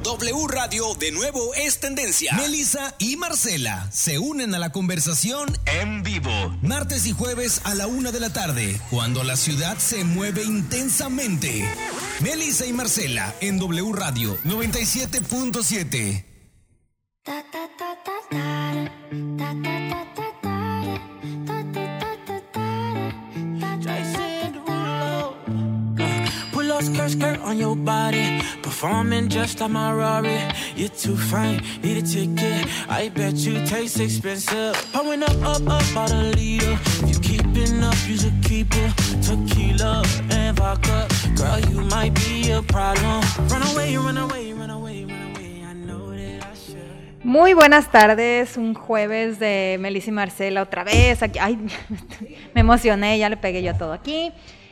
W Radio de nuevo es tendencia. Melissa y Marcela se unen a la conversación en vivo. Martes y jueves a la 1 de la tarde, cuando la ciudad se mueve intensamente. Melissa y Marcela en W Radio 97.7. Skirt on your body, performing just like my Rari. You're too fine, need a ticket. I bet you taste expensive. Pouring up about a liter. If you keeping up, you should keep it. Tequila and vodka, girl, you might be a problem. Run away, run away, run away, run away. I know that I should. Muy buenas tardes, un jueves de Melissa y Marcela otra vez. Aquí, ay, me emocioné, ya le pegué yo a todo aquí.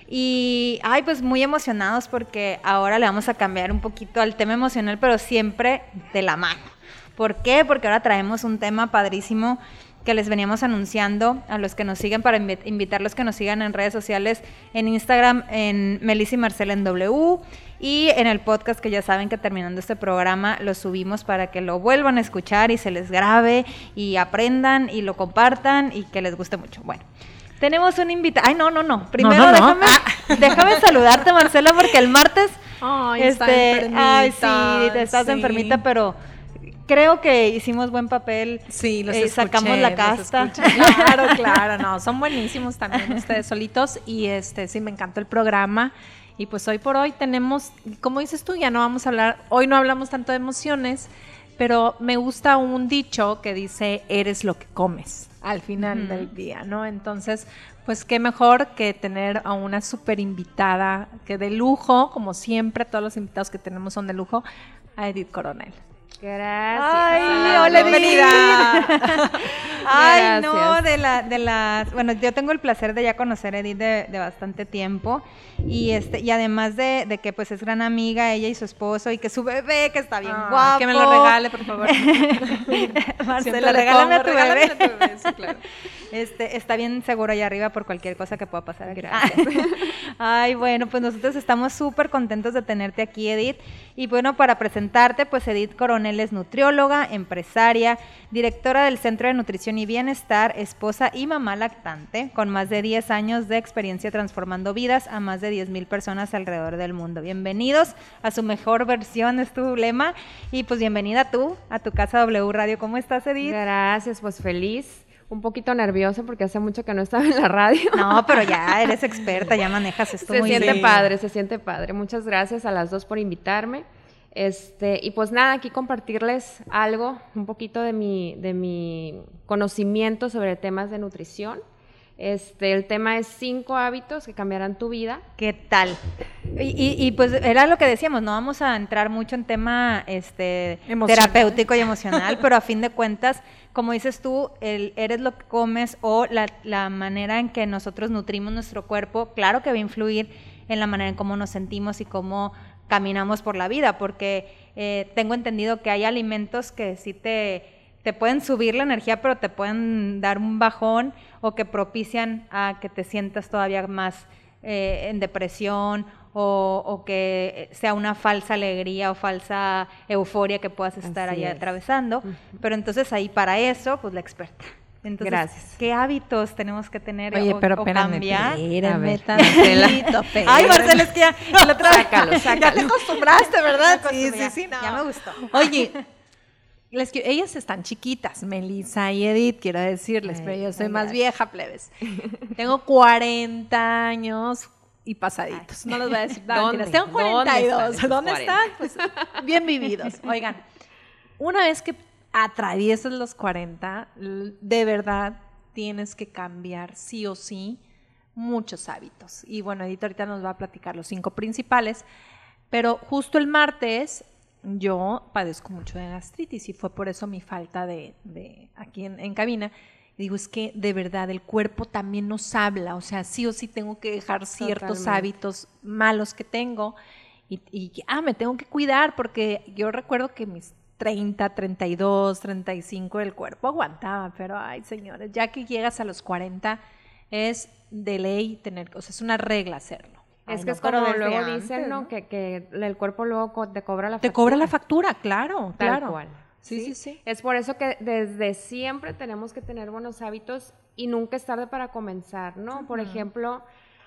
Y, pues muy emocionados porque ahora le vamos a cambiar un poquito al tema emocional, pero siempre de la mano. ¿Por qué? Porque ahora traemos un tema padrísimo que les veníamos anunciando a los que nos siguen, para invitarlos que nos sigan en redes sociales, en Instagram, en Melissa y Marcela en W, y en el podcast, que ya saben que terminando este programa lo subimos para que lo vuelvan a escuchar y se les grabe y aprendan y lo compartan y que les guste mucho. Bueno, tenemos un invitado. Ay, no. Primero no. Déjame saludarte, Marcela, porque el martes está enfermita. Ay, sí, estás enfermita, pero creo que hicimos buen papel. Sí, los escuché, sacamos la casta. Claro, no, son buenísimos también ustedes solitos y sí, me encantó el programa. Y pues hoy por hoy tenemos, como dices tú, ya no vamos a hablar, hoy no hablamos tanto de emociones, pero me gusta un dicho que dice, eres lo que comes al final del día, ¿no? Entonces, pues qué mejor que tener a una súper invitada, que de lujo, como siempre, todos los invitados que tenemos son de lujo, a Edith Coronel. Gracias. Ay, hola, bienvenida. Ay, no, de las, bueno, yo tengo el placer de ya conocer a Edith de bastante tiempo y además de que pues es gran amiga ella y su esposo y que su bebé que está bien guapo. Que me lo regale, por favor. Marcela, regálame a tu bebé. Sí, claro. Está bien seguro allá arriba por cualquier cosa que pueda pasar aquí. Gracias. Ay, bueno, pues nosotros estamos súper contentos de tenerte aquí, Edith. Y bueno, para presentarte, pues Edith Coronel es nutrióloga, empresaria, directora del Centro de Nutrición y Bienestar, esposa y mamá lactante, con más de 10 años de experiencia transformando vidas a más de 10,000 personas alrededor del mundo. Bienvenidos a su mejor versión, es tu lema. Y pues bienvenida tú a tu casa W Radio. ¿Cómo estás, Edith? Gracias, pues feliz. Un poquito nerviosa porque hace mucho que no estaba en la radio. No, pero ya eres experta, ya manejas esto muy bien. Se siente padre. Muchas gracias a las dos por invitarme. Y pues nada, aquí compartirles algo, un poquito de mi conocimiento sobre temas de nutrición. El tema es 5 hábitos que cambiarán tu vida. ¿Qué tal? Y pues era lo que decíamos, no vamos a entrar mucho en tema terapéutico y emocional, pero a fin de cuentas, como dices tú, eres lo que comes o la manera en que nosotros nutrimos nuestro cuerpo, claro que va a influir en la manera en cómo nos sentimos y cómo caminamos por la vida, porque tengo entendido que hay alimentos que sí te pueden subir la energía, pero te pueden dar un bajón o que propician a que te sientas todavía más en depresión o que sea una falsa alegría o falsa euforia que puedas estar ahí atravesando. Pero entonces ahí para eso, pues la experta. Entonces, gracias. ¿Qué hábitos tenemos que tener o cambiar? Espérame, Ay, Marcela, es que ya el otro sácalo. Ya te acostumbraste, ¿verdad? Sí, no. Ya me gustó. Oye, ellas están chiquitas, Melissa y Edith, quiero decirles, pero yo soy más vieja, plebes. Tengo 40 años y pasaditos. No les voy a decir nada. Tengo 42. ¿Dónde están? Pues bien vividos. Oigan, una vez que atraviesas los 40, de verdad tienes que cambiar sí o sí muchos hábitos. Y bueno, Edith ahorita nos va a platicar los 5 principales, pero justo el martes yo padezco mucho de gastritis y fue por eso mi falta de aquí en cabina. Digo, es que de verdad el cuerpo también nos habla, o sea, sí o sí tengo que dejar ciertos hábitos malos que tengo y me tengo que cuidar porque yo recuerdo que mis 30, 32, 35 el cuerpo aguantaba, pero ay señores, ya que llegas a los 40 es de ley tener, o sea, es una regla hacerlo. Es que es como luego dicen, ¿no? Que el cuerpo luego te cobra la factura. Te cobra la factura, claro. Tal cual. Sí. Es por eso que desde siempre tenemos que tener buenos hábitos y nunca es tarde para comenzar, ¿no? Por ejemplo,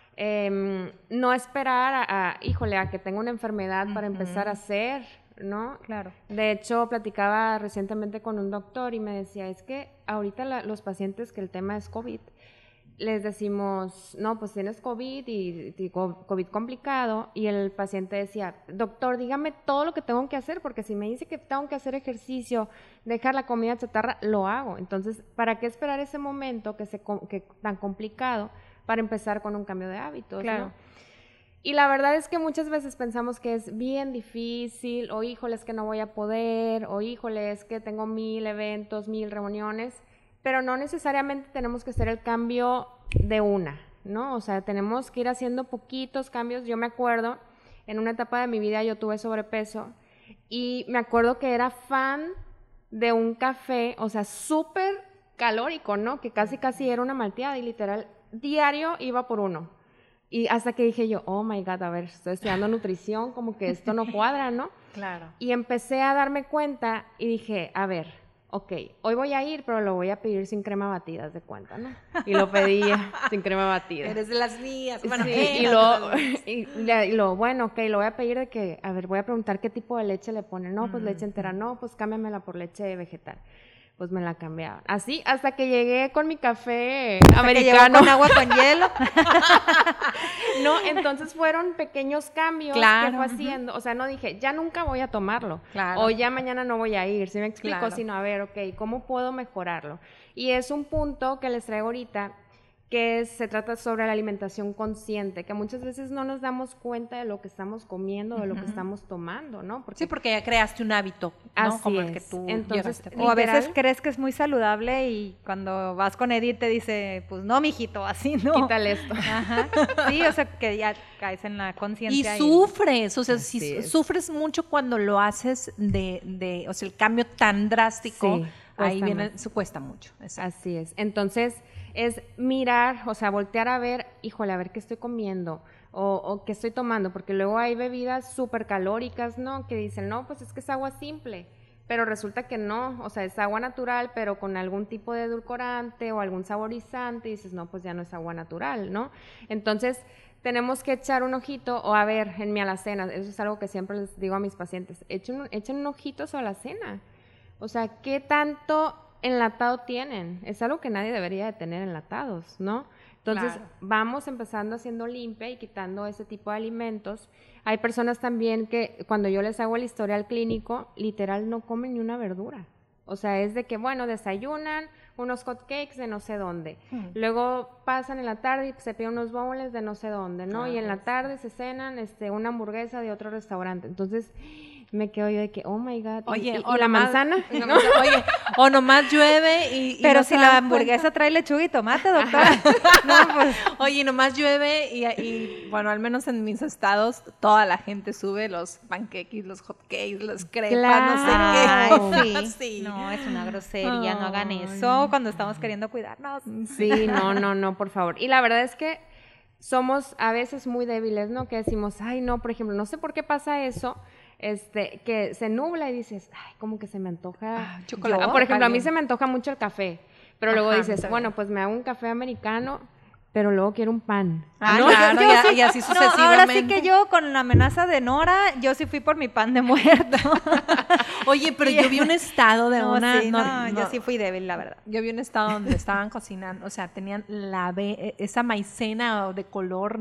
no esperar a que tenga una enfermedad para empezar a hacer, ¿no? Claro. De hecho, platicaba recientemente con un doctor y me decía, es que ahorita los pacientes que el tema es COVID, les decimos, no, pues tienes COVID y COVID complicado, y el paciente decía, doctor, dígame todo lo que tengo que hacer, porque si me dice que tengo que hacer ejercicio, dejar la comida chatarra, lo hago. Entonces, ¿para qué esperar ese momento que tan complicado para empezar con un cambio de hábitos? Claro. ¿no? Y la verdad es que muchas veces pensamos que es bien difícil, o híjole, es que no voy a poder, o híjole, es que tengo 1000 eventos, 1000 reuniones, pero no necesariamente tenemos que hacer el cambio de una, ¿no? O sea, tenemos que ir haciendo poquitos cambios. Yo me acuerdo, en una etapa de mi vida yo tuve sobrepeso y me acuerdo que era fan de un café, o sea, súper calórico, ¿no? Que casi era una malteada y literal, diario iba por uno. Y hasta que dije yo, oh my God, a ver, estoy estudiando nutrición, como que esto no cuadra, ¿no? Claro. Y empecé a darme cuenta y dije, a ver, ok, hoy voy a ir, pero lo voy a pedir sin crema batida, haz de cuenta, ¿no? Y lo pedía sin crema batida. Eres de las mías. Bueno, sí, y lo, bueno, ok, lo voy a pedir de que, a ver, voy a preguntar qué tipo de leche le ponen. No, pues leche entera, no, pues cámbiamela por leche vegetal. Pues me la cambiaban. Así hasta que llegué con mi café americano. Con agua con hielo. No, entonces fueron pequeños cambios que fue haciendo. O sea, no dije, ya nunca voy a tomarlo. Claro. O ya mañana no voy a ir, ¿sí me explico? Claro. Sino, a ver, ok, ¿cómo puedo mejorarlo? Y es un punto que les traigo ahorita, que se trata sobre la alimentación consciente, que muchas veces no nos damos cuenta de lo que estamos comiendo, de lo que estamos tomando, ¿no? Porque ya creaste un hábito, ¿no? Así como es. el que tú Entonces, o a veces crees que es muy saludable y cuando vas con Edith te dice, pues no, mijito, así no. Quítale esto. Ajá. Sí, o sea, que ya caes en la conciencia. Y sufres, o sea, sufres mucho cuando lo haces o sea, el cambio tan drástico, sí, ahí viene, eso cuesta mucho. Exacto. Así es. Entonces, es mirar, o sea, voltear a ver, híjole, a ver qué estoy comiendo o qué estoy tomando, porque luego hay bebidas súper calóricas, ¿no? Que dicen, no, pues es que es agua simple, pero resulta que no, o sea, es agua natural, pero con algún tipo de edulcorante o algún saborizante, y dices, no, pues ya no es agua natural, ¿no? Entonces, tenemos que echar un ojito, o a ver, en mi alacena, eso es algo que siempre les digo a mis pacientes, echen un ojito a su alacena, o sea, ¿qué tanto enlatado tienen? Es algo que nadie debería de tener enlatados, ¿no? Entonces, vamos empezando haciendo limpia y quitando ese tipo de alimentos. Hay personas también que cuando yo les hago el historial clínico, literal no comen ni una verdura. O sea, es de que, bueno, desayunan unos hot cakes de no sé dónde. Luego pasan en la tarde y se piden unos bowls de no sé dónde, ¿no? Y en la tarde se cenan una hamburguesa de otro restaurante. Entonces, me quedo yo de que, oh my God. Oye, ¿y la manzana? ¿No? Oye, o nomás llueve y pero no si la hamburguesa trae lechuga y tomate, doctora. No, pues. Oye, nomás llueve y bueno, al menos en mis estados, toda la gente sube los pancakes, los hotcakes, los crepas, no sé qué. Ay, sí. No, es una grosería, no hagan eso cuando estamos queriendo cuidarnos. Sí, no, por favor. Y la verdad es que somos a veces muy débiles, ¿no? Que decimos, ay, no, por ejemplo, no sé por qué pasa eso, que se nubla y dices, ay, como que se me antoja chocolate. Por ejemplo, a mí se me antoja mucho el café, pero luego dices, bueno, pues me hago un café americano, pero luego quiero un pan. Ah, no, claro, y así sucesivamente. No, ahora sí que yo, con la amenaza de Nora, yo sí fui por mi pan de muerto. Oye, pero yo vi un estado de yo sí fui débil, la verdad. Yo vi un estado donde estaban cocinando, o sea, tenían esa maicena de color,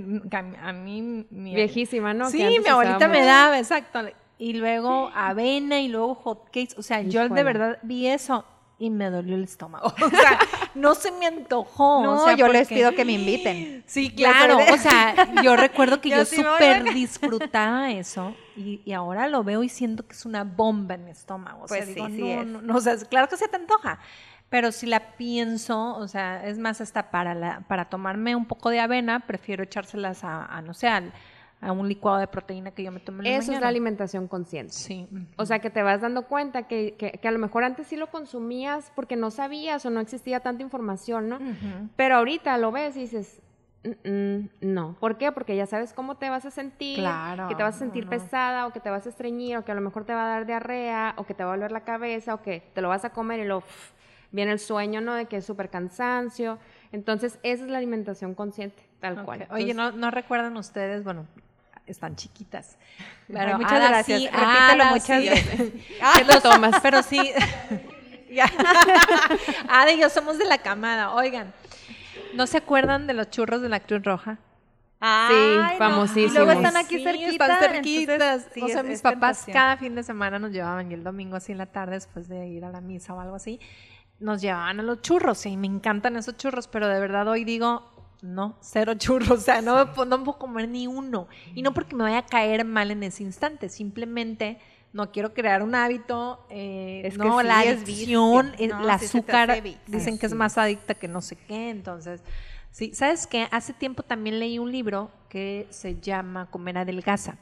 a mí... Viejísima, ¿no? Sí, mi abuelita me daba, exacto. Y luego avena y luego hotcakes, o sea, yo de verdad vi eso y me dolió el estómago. O sea, no se me antojó. No, o sea, yo les pido que me inviten. Sí, claro. O sea, yo recuerdo que yo súper disfrutaba eso y ahora lo veo y siento que es una bomba en mi estómago. O sea, pues digo, no, o sea, claro que se te antoja. Pero si la pienso, o sea, es más hasta para tomarme un poco de avena, prefiero echárselas no sé, a un licuado de proteína que yo me tomo en la mañana. Eso es la alimentación consciente. Sí. O sea, que te vas dando cuenta que a lo mejor antes sí lo consumías porque no sabías o no existía tanta información, ¿no? Pero ahorita lo ves y dices, No. ¿Por qué? Porque ya sabes cómo te vas a sentir, Claro, que te vas a sentir pesada, o que te vas a estreñir, o que a lo mejor te va a dar diarrea, o que te va a doler la cabeza, o que te lo vas a comer y luego viene el sueño, ¿no? De que es súper cansancio. Entonces, esa es la alimentación consciente, tal cual. Oye, Entonces, ¿no recuerdan usteres? Bueno, están chiquitas. Pero Ay, muchas gracias. Sí, Repítelo Ada, muchas sí. veces. ¿Qué lo tomas? Pero sí. Ya. Ada y yo somos de la camada. Oigan, ¿no se acuerdan de los churros de la Cruz Roja? Ay, no. famosísimos. Y luego están aquí Sí, cerquitas. están cerquitas. Entonces, sí, o sea, es mis papás tentación. cada fin de semana nos llevaban, y el domingo así en la tarde, después de ir a la misa o algo así, nos llevaban a los churros, y me encantan esos churros, pero de verdad hoy digo, no, 0 churros, o sea, no puedo comer ni uno. Y no porque me vaya a caer mal en ese instante, simplemente no quiero crear un hábito, Es que no, sí, la es adicción, vicio. No, el sí se te azúcar, hace vicio. dicen que es más adicta que no sé qué, entonces, sí, ¿sabes qué? Hace tiempo también leí un libro que se llama Comer Adelgaza.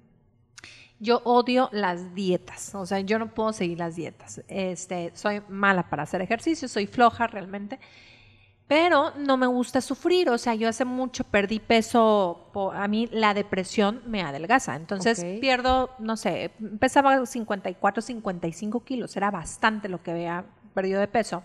Yo odio las dietas, o sea, yo no puedo seguir las dietas. Soy mala para hacer ejercicio, soy floja realmente, pero no me gusta sufrir, o sea, yo hace mucho perdí peso, a mí la depresión me adelgaza, entonces Ok. pierdo, no sé, pesaba 54, 55 kilos, era bastante lo que había perdido de peso.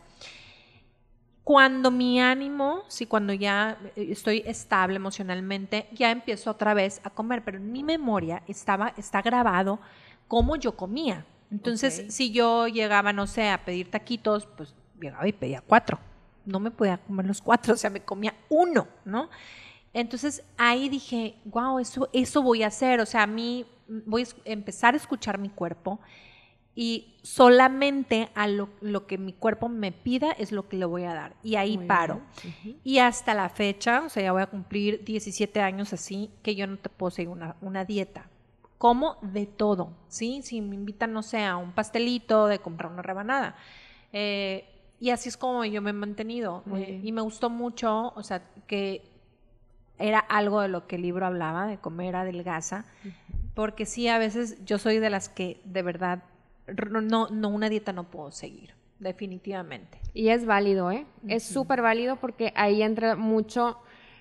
Cuando mi ánimo, sí, cuando ya estoy estable emocionalmente, ya empiezo otra vez a comer, pero en mi memoria está grabado cómo yo comía. Entonces, Ok. si yo llegaba, no sé, a pedir taquitos, pues llegaba y pedía 4. No me podía comer los 4, o sea, me comía 1, ¿no? Entonces ahí dije, wow, eso voy a hacer, o sea, a mí voy a empezar a escuchar mi cuerpo y solamente a lo que mi cuerpo me pida es lo que le voy a dar. Y ahí Muy paro. bien. Y hasta la fecha, o sea, ya voy a cumplir 17 años así, que yo no te puedo seguir una dieta. Como de todo, ¿sí? Si me invitan, no sé, a un pastelito, de comprar una rebanada. Y así es como yo me he mantenido. Muy bien. Y me gustó mucho, o sea, que era algo de lo que el libro hablaba, de comer adelgaza, porque sí, a veces yo soy de las que de verdad, no, una dieta no puedo seguir, definitivamente. Y es válido, ¿eh? Es súper válido porque ahí entra mucho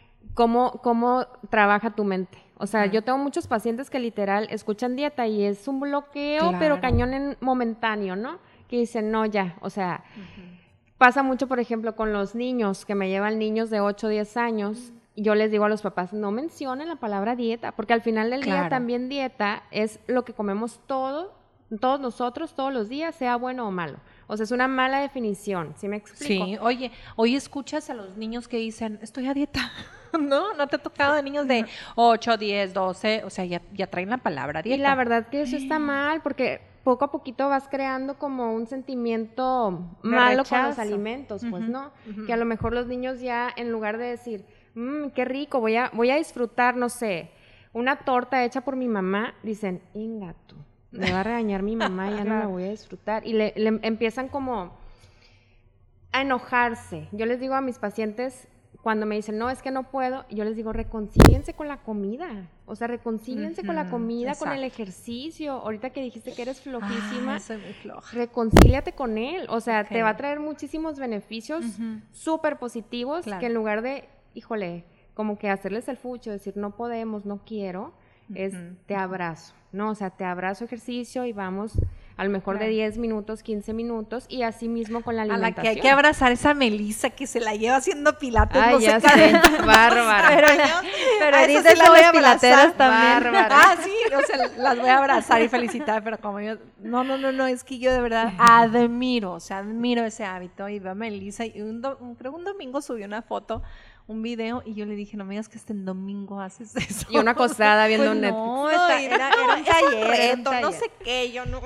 cómo trabaja tu mente. O sea, yo tengo muchos pacientes que literal escuchan dieta y es un bloqueo, pero Claro. cañón momentáneo, ¿no? Que dicen, no, ya, o sea, pasa mucho, por ejemplo, con los niños, que me llevan niños de 8 o 10 años, y yo les digo a los papás, no mencionen la palabra dieta, porque al final del día Claro. también dieta es lo que comemos todos nosotros, todos los días, sea bueno o malo. O sea, es una mala definición, ¿sí me explico? Sí, oye, hoy escuchas a los niños que dicen, estoy a dieta, ¿no? ¿No te ha tocado de niños de 8, 10, 12? O sea, ya traen la palabra Y dieta. la verdad que eso está mal, porque poco a poquito vas creando como un sentimiento De malo con los rechazo. alimentos, pues, ¿no? Que a lo mejor los niños ya, en lugar de decir, qué rico, voy a disfrutar, no sé, una torta hecha por mi mamá, dicen, inga tú, me va a regañar mi mamá, ya no la voy a disfrutar. Y le empiezan como a enojarse. Yo les digo a mis pacientes, cuando me dicen, no, es que no puedo, yo les digo, reconcíliense con la comida. O sea, reconcíliense con la comida, con el exacto. ejercicio. Ahorita que dijiste que eres flojísima, Ay, soy muy floja. reconcíliate con él. O sea, Ok. te va a traer muchísimos beneficios súper positivos, Claro. que en lugar de, híjole, como que hacerles el fucho, decir, no podemos, no quiero, es te abrazo, ¿no? O sea, te abrazo ejercicio y vamos a lo mejor de Claro. 10 minutos, 15 minutos y así mismo con la A alimentación. la que hay que abrazar esa Melissa que se la lleva haciendo pilates, Ay, no ya sé sé, bárbara. Pero a Edith esas sí es la de voy a las pilateras abrazar. también. Bárbara. Ah, sí, o sea, las voy a abrazar y felicitar, pero como yo, no, es que yo de verdad admiro ese hábito. Y veo a Melissa y creo un domingo subió una foto, un video, y yo le dije, no me digas que en domingo haces eso. Y una acostada viendo Pues Netflix. no, era un taller. reto, no sé qué, yo no.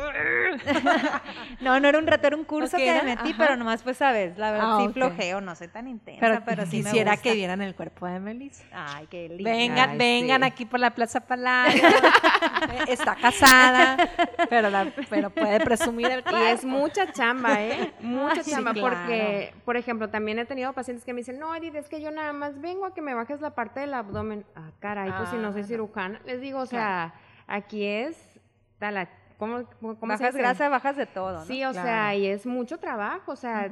No era un reto, era un curso Ok, que era, me metí, ajá. pero nomás pues sabes, la verdad Ah, sí ok. flojeo, no soy tan intensa, pero sí me quisiera gusta. que vieran el cuerpo de Melissa. Ay, qué lindo. Vengan, Ay, vengan sí. aquí por la Plaza Palacio. Está casada, pero puede presumir el Y cuerpo. es mucha chamba, ¿eh? Mucha Sí, chamba, claro. porque, por ejemplo, también he tenido pacientes que me dicen, no, Edith, es que yo nada más vengo a que me bajes la parte del abdomen. Ah, caray, pues si no soy no. cirujana. Les digo, o sea, aquí es, ¿cómo se Bajas dice? grasa, bajas de todo, ¿no? Sí, o Claro. sea, y es mucho trabajo, o sea,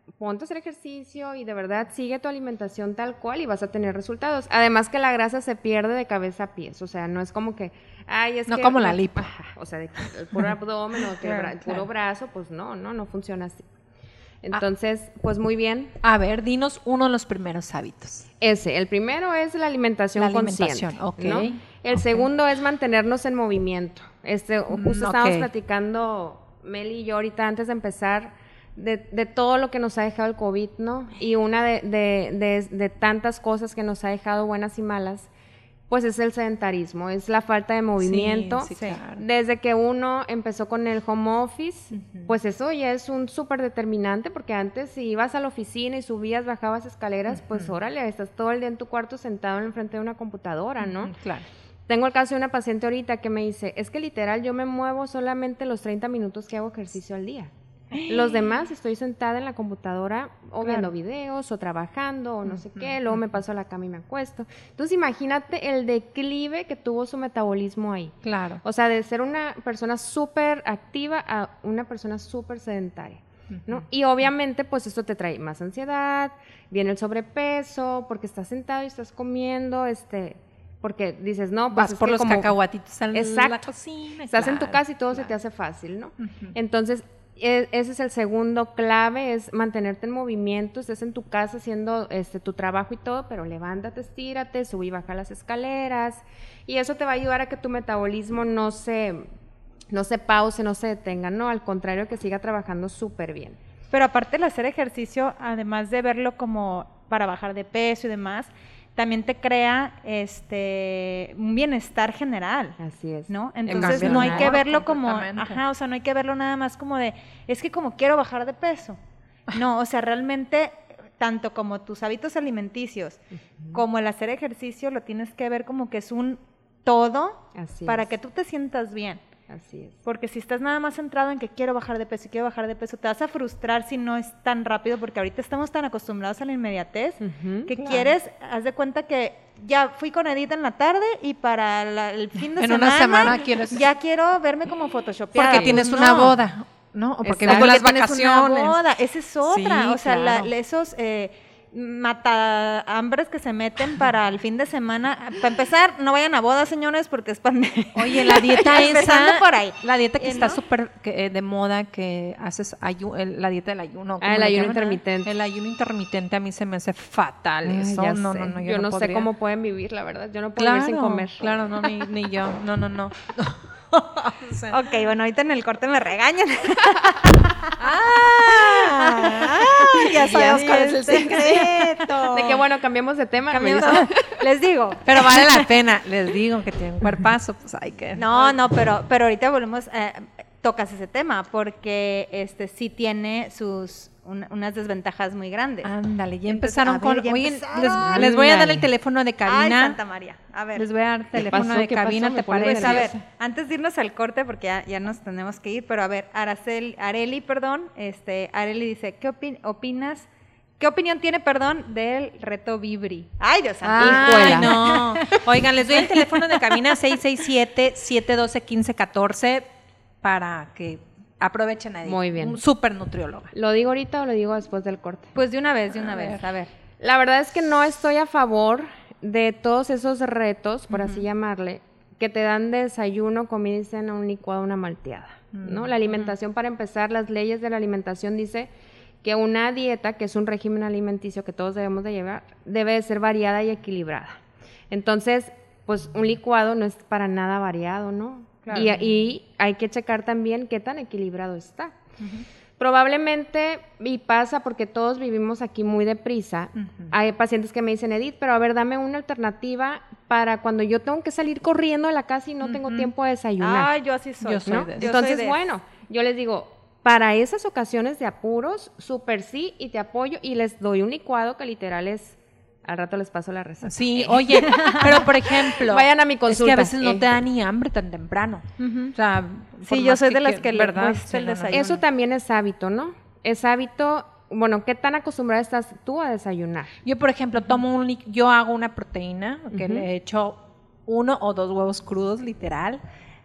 ponte a hacer ejercicio y de verdad sigue tu alimentación tal cual y vas a tener resultados. Además que la grasa se pierde de cabeza a pies, o sea, no es como que, ay, es no que... como la lipo. O sea, de que el puro abdomen o que el puro brazo, pues no funciona así. Entonces, pues muy bien. A ver, dinos uno de los primeros hábitos. El primero es la alimentación consciente, ¿no? El segundo es mantenernos en movimiento. Justo estábamos platicando, Meli y yo ahorita antes de empezar, de todo lo que nos ha dejado el COVID, ¿no? Y una de tantas cosas que nos ha dejado buenas y malas, pues es el sedentarismo, es la falta de movimiento. Sí, claro. Desde que uno empezó con el home office, pues eso ya es un súper determinante, porque antes si ibas a la oficina y subías, bajabas escaleras, pues órale, estás todo el día en tu cuarto sentado en frente de una computadora, ¿no? Claro. Tengo el caso de una paciente ahorita que me dice, es que literal yo me muevo solamente los 30 minutos que hago ejercicio al día. Los demás estoy sentada en la computadora o viendo videos o trabajando o no sé qué, luego me paso a la cama y me acuesto. Entonces imagínate el declive que tuvo su metabolismo ahí. Claro. O sea, de ser una persona súper activa a una persona súper sedentaria, ¿no? Y obviamente pues esto te trae más ansiedad, viene el sobrepeso, porque estás sentado y estás comiendo, porque dices, no, pues vas por los cacahuatitos en la cocina. Estás en tu casa y todo se te hace fácil, ¿no? Entonces, ese es el segundo clave, es mantenerte en movimiento, estés en tu casa haciendo tu trabajo y todo, pero levántate, estírate, sube y baja las escaleras, y eso te va a ayudar a que tu metabolismo no se pause, no se detenga, no, al contrario, que siga trabajando súper bien. Pero aparte de hacer ejercicio, además de verlo como para bajar de peso y demás, también te crea un bienestar general. Así es. ¿No? Entonces no hay que verlo como, o sea, no hay que verlo nada más como de, es que como quiero bajar de peso. No, o sea, realmente tanto como tus hábitos alimenticios, como el hacer ejercicio, lo tienes que ver como que es un todo para que tú te sientas bien. Así es. Porque si estás nada más centrado en que quiero bajar de peso, te vas a frustrar si no es tan rápido, porque ahorita estamos tan acostumbrados a la inmediatez, que quieres, haz de cuenta que ya fui con Edith en la tarde y para el fin de semana, una semana ya quiero verme como photoshopeada. Porque tienes una boda, ¿no? O porque vengo las vacaciones. Una boda, esa es otra, sí, o sea, claro. esos mata hambres que se meten para el fin de semana. Para empezar, no vayan a bodas, señores, porque es pandemia. Oye, la dieta empezando por ahí. La dieta que está súper de moda, que haces la dieta del ayuno. El ayuno intermitente. El ayuno intermitente a mí se me hace fatal. Eso. No, yo no sé cómo pueden vivir, la verdad. Yo no puedo vivir sin comer. Claro, no, ni yo. No. O sea. Ok, bueno, ahorita en el corte me regañan. Ya sabemos cuál es el secreto. De que bueno, cambiemos de tema. Les digo. Pero vale la pena. Les digo que tiene un cuerpazo, pues hay que. No, pero ahorita volvemos, tocas ese tema, porque sí tiene unas desventajas muy grandes. Ándale, ya empezaron con... Oye, les voy a dar el teléfono de cabina. Ay, Santa María, a ver. Les voy a dar el teléfono de cabina, ¿te parece? Pues a ver, antes de irnos al corte, porque ya nos tenemos que ir, pero a ver, Areli, Areli dice, ¿qué opinas? ¿Qué opinión tiene, del reto Vibri? Ay, Dios santo. Ay, no. Oigan, les doy el teléfono de cabina 667-712-1514 para que aprovechen ahí. Muy bien. Un súper nutrióloga. ¿Lo digo ahorita o lo digo después del corte? Pues de una vez, a ver. La verdad es que no estoy a favor de todos esos retos, por así llamarle, que te dan de desayuno, comida y cena, un licuado, una malteada, ¿no? La alimentación, para empezar, las leyes de la alimentación dice que una dieta, que es un régimen alimenticio que todos debemos de llevar, debe de ser variada y equilibrada. Entonces, pues un licuado no es para nada variado, ¿no? Claro. Y hay que checar también qué tan equilibrado está. Probablemente, y pasa porque todos vivimos aquí muy deprisa, hay pacientes que me dicen, Edith, pero a ver, dame una alternativa para cuando yo tengo que salir corriendo de la casa y no tengo tiempo de desayunar. Ah, yo así soy. ¿no? Entonces, bueno, yo les digo, para esas ocasiones de apuros, súper sí, y te apoyo, y les doy un licuado que literal es... Al rato les paso la receta. Sí, oye, pero por ejemplo... Vayan a mi consulta. Es que a veces no te da ni hambre tan temprano. O sea... Sí, yo soy de las que le cuesta el desayuno. Eso también es hábito, ¿no? Es hábito... Bueno, ¿qué tan acostumbrada estás tú a desayunar? Yo, por ejemplo, yo hago una proteína que le echo 1 o 2 huevos crudos, literal,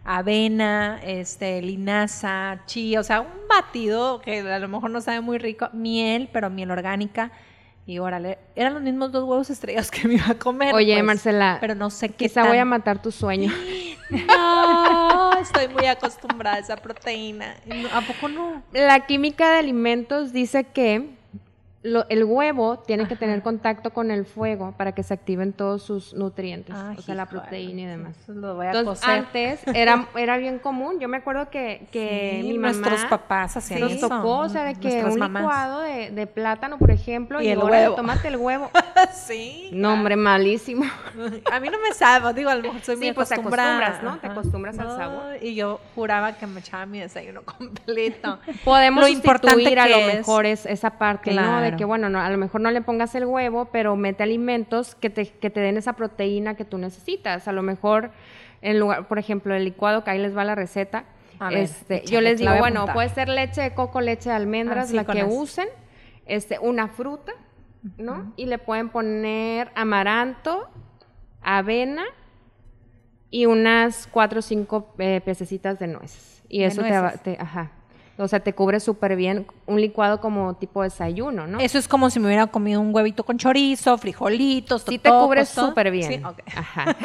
avena, linaza, chía, o sea, un batido que a lo mejor no sabe muy rico, miel, pero miel orgánica. Y órale, eran los mismos 2 huevos estrellados que me iba a comer. Oye, pues, Marcela, pero no sé qué quizá voy a matar tu sueño. No, estoy muy acostumbrada a esa proteína. ¿A poco no? La química de alimentos dice que el huevo tiene que tener contacto con el fuego para que se activen todos sus nutrientes, o sea, la proteína y demás. Lo voy a Entonces, cocer. antes era bien común. Yo me acuerdo que Sí, mi mamá... nuestros papás hacían nos eso. tocó, o sea, de que Nuestras un mamás. licuado de plátano, por ejemplo, Y el ahora huevo. tómate el huevo. Sí. No, hombre, malísimo. A mí no me sabe, digo, a lo mejor soy muy Sí, pues te acostumbrada. acostumbras, ¿no? Te acostumbras al sabor. Y yo juraba que me echaba mi desayuno completo. Podemos Lo importante sustituir a que lo es- mejor esa parte, ¿no? De Claro. que, bueno, no, a lo mejor no le pongas el huevo, pero mete alimentos que te den esa proteína que tú necesitas. A lo mejor, en lugar, por ejemplo, el licuado, que ahí les va la receta. A ver, Yo les la digo, voy a bueno, apuntar. puede ser leche de coco, leche de almendras, Sí, la con que eso. usen, una fruta, ¿no? Y le pueden poner amaranto, avena y unas 4 o 5 piececitas de nueces. Y De eso nueces. o sea, te cubre súper bien un licuado como tipo desayuno, ¿no? Eso es como si me hubiera comido un huevito con chorizo, frijolitos, Sí te totopos, cubre todo. súper bien. Sí, ok. Ajá.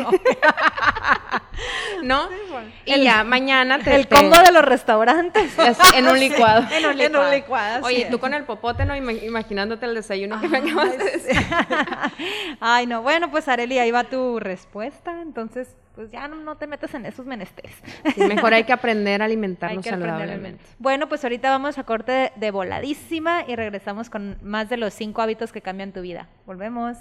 ¿No? Y ya, mañana El combo de los restaurantes. en un licuado. En un licuado. Oye, tú con el popote, ¿no? Imaginándote el desayuno que me acabas de decir. Ay, no. Bueno, pues Arely, ahí va tu respuesta. Entonces, pues ya no te metas en esos menesteres. Sí, mejor hay que aprender a Hay alimentarnos que aprender a saludablemente. alimentar. Bueno, pues ahorita vamos a corte de voladísima y regresamos con más de los 5 hábitos que cambian tu vida. Volvemos.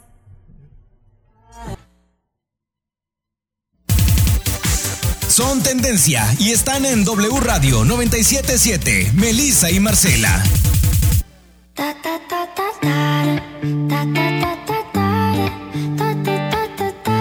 Son tendencia y están en W Radio 97.7. Melissa y Marcela. Ta ta ta ta ta ta ta ta ta ta ta ta ta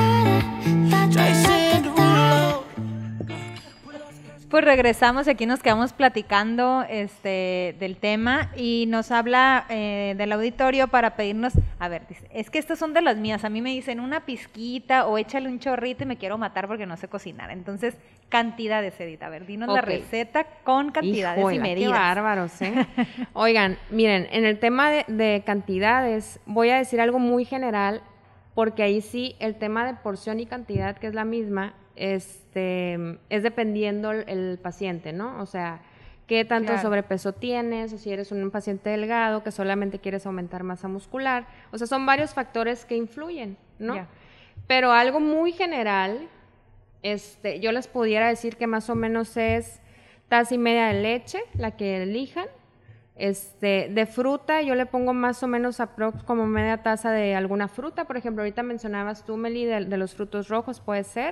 Pues regresamos, aquí nos quedamos platicando del tema y nos habla del auditorio para pedirnos, a ver, dice, es que estas son de las mías, a mí me dicen una pizquita o échale un chorrito y me quiero matar porque no sé cocinar. Entonces, cantidades, Edith, a ver, dinos la Ok. receta con cantidades Híjole, y qué medidas. bárbaros, ¿eh? Oigan, miren, en el tema de cantidades, voy a decir algo muy general, porque ahí sí el tema de porción y cantidad, que es la misma, es dependiendo el paciente, ¿no? O sea, qué tanto Claro. sobrepeso tienes, o si eres un paciente delgado que solamente quieres aumentar masa muscular. O sea, son varios factores que influyen, ¿no? Ya. Pero algo muy general, yo les pudiera decir que más o menos es taza y media de leche, la que elijan. De fruta, yo le pongo más o menos aprox como media taza de alguna fruta. Por ejemplo, ahorita mencionabas tú, Meli, de los frutos rojos, puede ser.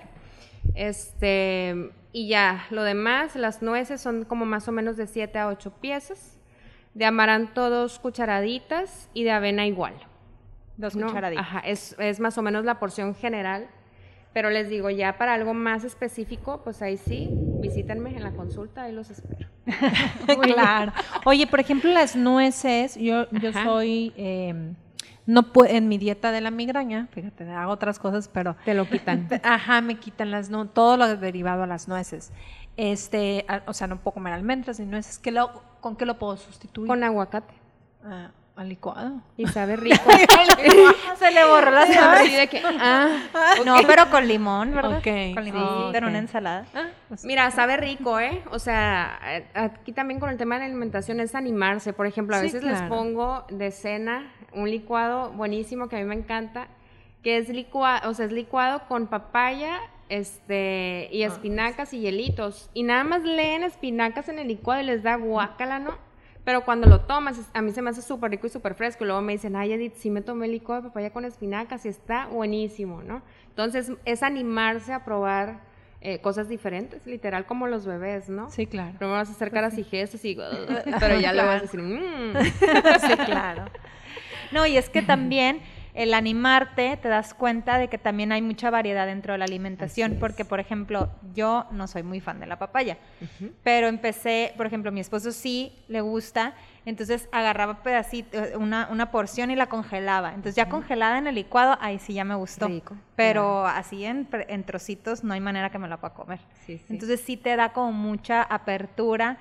Y ya, lo demás, las nueces son como más o menos de 7 a 8 piezas. De amaranto 2 cucharaditas y de avena igual. 2 ¿no? cucharaditas. Ajá, es más o menos la porción general. Pero les digo, ya para algo más específico, pues ahí sí, visítenme en la consulta, ahí los espero. Claro. Oye, por ejemplo, las nueces, yo Ajá. soy, en mi dieta de la migraña, fíjate, hago otras cosas, pero Te lo quitan. ajá, me quitan todo lo derivado a las nueces. O sea, no puedo comer almendras ni nueces. ¿Con qué lo puedo sustituir? Con aguacate. Al licuado. Y sabe rico. Se le borró la Así sonrisa. de que, No, pero con limón, ¿verdad? Ok, Con limón, sí, en ok. una ensalada. Mira, sabe rico, ¿eh? O sea, aquí también con el tema de la alimentación es animarse. Por ejemplo, a Sí, veces les claro. pongo de cena un licuado buenísimo que a mí me encanta, que es licuado con papaya, y espinacas y hielitos. Y nada más leen espinacas en el licuado y les da guácala, ¿no? Pero cuando lo tomas, a mí se me hace súper rico y súper fresco. Y luego me dicen, ay, Edith, sí me tomé el licuado de papaya con espinacas y está buenísimo, ¿no? Entonces, es animarse a probar cosas diferentes, literal como los bebés, ¿no? Sí, claro. Primero vas a hacer caras y gestos y... pero ya le vas a decir, Sí, claro. No, y es que también el animarte, te das cuenta de que también hay mucha variedad dentro de la alimentación, porque, por ejemplo, yo no soy muy fan de la papaya, pero empecé, por ejemplo, mi esposo sí le gusta, entonces agarraba pedacito, una porción y la congelaba, entonces ya congelada en el licuado, ahí sí ya me gustó, Rico, pero así en trocitos no hay manera que me la pueda comer. Sí, sí. Entonces sí te da como mucha apertura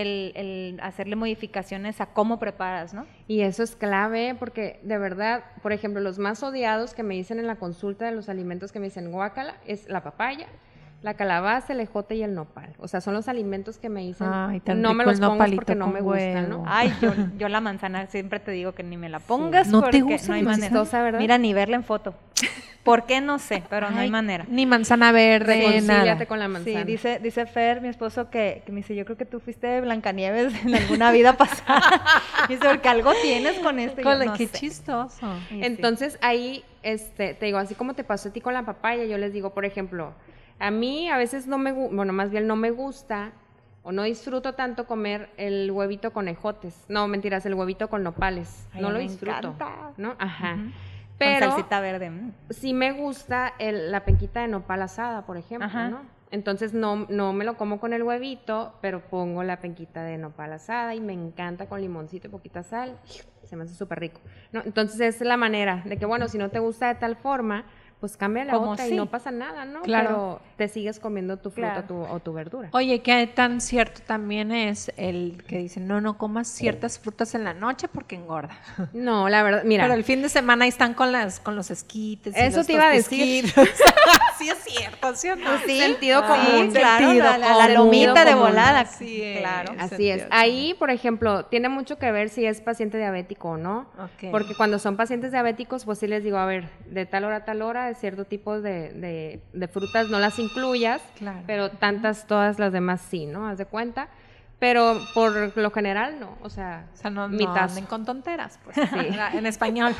el hacerle modificaciones a cómo preparas, ¿no? Y eso es clave porque de verdad, por ejemplo, los más odiados que me dicen en la consulta de los alimentos que me dicen guácala es la papaya, la calabaza, el ejote y el nopal. O sea, son los alimentos que me dicen, Ay, tan no me rico los el pongas nopalito porque no con me gustan, ¿no? huevo. Ay, yo la manzana siempre te digo que ni me la pongas ¿No te porque gusta no hay la manera. chistosa, verdad? Mira, ni verla en foto. ¿Por qué? No sé, pero no hay Ay, manera. Ni manzana verde, Reconcíliate nada. con la manzana. Sí, dice Fer, mi esposo, que me dice, yo creo que tú fuiste Blancanieves en alguna vida pasada. Dice, porque algo tienes con esto. Y yo, no Qué sé. chistoso. Sí, Entonces ahí, te digo, así como te pasó a ti con la papaya, yo les digo, por ejemplo, a mí a veces no me gusta o no disfruto tanto comer el huevito con ejotes. No, mentiras, el huevito con nopales. Ay, no lo me disfruto, encanta. ¿no? Ajá. Ujú. Pero Con salsita verde. sí me gusta la penquita de nopal asada, por ejemplo, Ajá. ¿no? Entonces no me lo como con el huevito, pero pongo la penquita de nopal asada y me encanta con limoncito y poquita sal. Se me hace súper rico, ¿no? Entonces es la manera de que, bueno, si no te gusta de tal forma, pues cambia la Como otra sí. y no pasa nada, ¿no? Claro. Pero te sigues comiendo tu fruta Claro. o tu verdura. Oye, qué tan cierto también es el que dicen, no comas ciertas frutas en la noche porque engorda. No, la verdad, mira. Pero el fin de semana ahí están con los esquites. y Eso los te iba a decir. tostisquitos. Sí es cierto, ¿sí o no? Sentido Sí, común. claro, sentido la común. lomita de común. volada. Así es. Claro. Así es. Ahí, por ejemplo, tiene mucho que ver si es paciente diabético o no. Ok. Porque cuando son pacientes diabéticos, pues sí les digo, a ver, de tal hora a tal hora, de cierto tipo de frutas no las incluyas, Claro. pero todas las demás sí, ¿no? Haz de cuenta. Pero por lo general no, o sea, O sea, no mitad. anden con tonteras, pues. Sí. En español.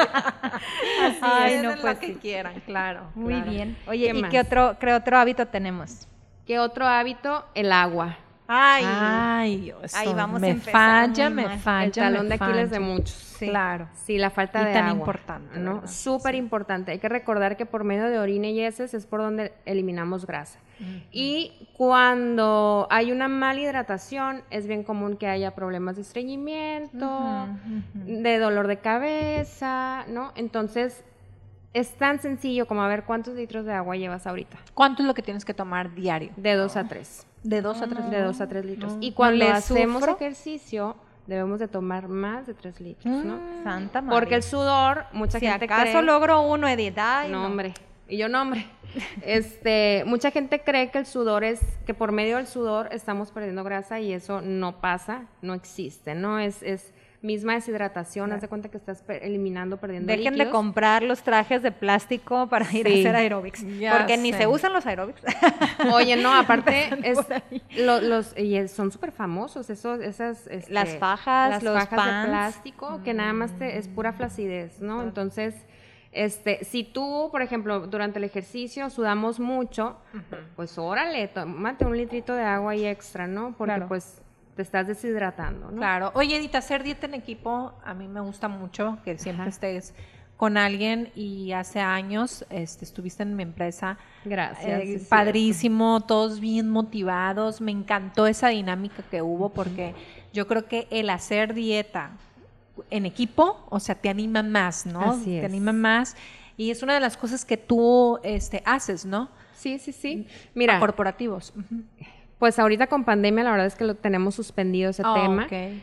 Así Ay, es, no, lo pues que sí. quieran, claro. Muy claro. bien. Oye, ¿Qué ¿y más? qué otro hábito tenemos? ¿Qué otro hábito? El agua. Ay, Dios, Ahí vamos a me empezar falla, muy me mal. falla. El talón me de Aquiles de falla. muchos. Claro. Sí, la falta Y de tan agua, importante, ¿no? ¿verdad? Súper importante. Hay que recordar que por medio de orina y heces es por donde eliminamos grasa. Y cuando hay una mala hidratación, es bien común que haya problemas de estreñimiento, de dolor de cabeza, ¿no? Entonces, es tan sencillo como a ver cuántos litros de agua llevas ahorita. ¿Cuánto es lo que tienes que tomar diario? De 2 a 3. De 2 a 3. De 2 a 3 litros. Y cuando le hacemos sufro. ejercicio, debemos de tomar más de 3 litros, ¿no? Santa María. Porque el sudor, mucha si gente acaso cree... logro uno, Edith. Ay, No, hombre. Y yo no, hombre. Mucha gente cree que el sudor que por medio del sudor estamos perdiendo grasa y eso no pasa, no existe, ¿no? Es misma deshidratación, haz de cuenta que estás perdiendo Dejen de líquidos. comprar los trajes de plástico para ir a Sí. hacer aerobics. Ya Porque ni sé. se usan los aerobics. Oye, no, aparte por ahí. son súper famosos esas Las fajas, las los fajas pants. de plástico que nada más es pura flacidez, ¿no? Entonces, si tú, por ejemplo, durante el ejercicio sudamos mucho, pues órale, tómate un litrito de agua y extra, ¿no? Porque Claro. pues te estás deshidratando, ¿no? Claro. Oye, Edith, hacer dieta en equipo, a mí me gusta mucho que siempre Ajá. estés con alguien y hace años estuviste en mi empresa. Gracias. sí, es Padrísimo, todos bien motivados. Me encantó esa dinámica que hubo porque yo creo que el hacer dieta en equipo, o sea, te anima más, ¿no? Así Te es. anima más y es una de las cosas que tú haces, ¿no? cierto. Sí. Mira, A corporativos. Ujú. pues ahorita con pandemia la verdad es que lo tenemos suspendido ese Oh, tema. ok.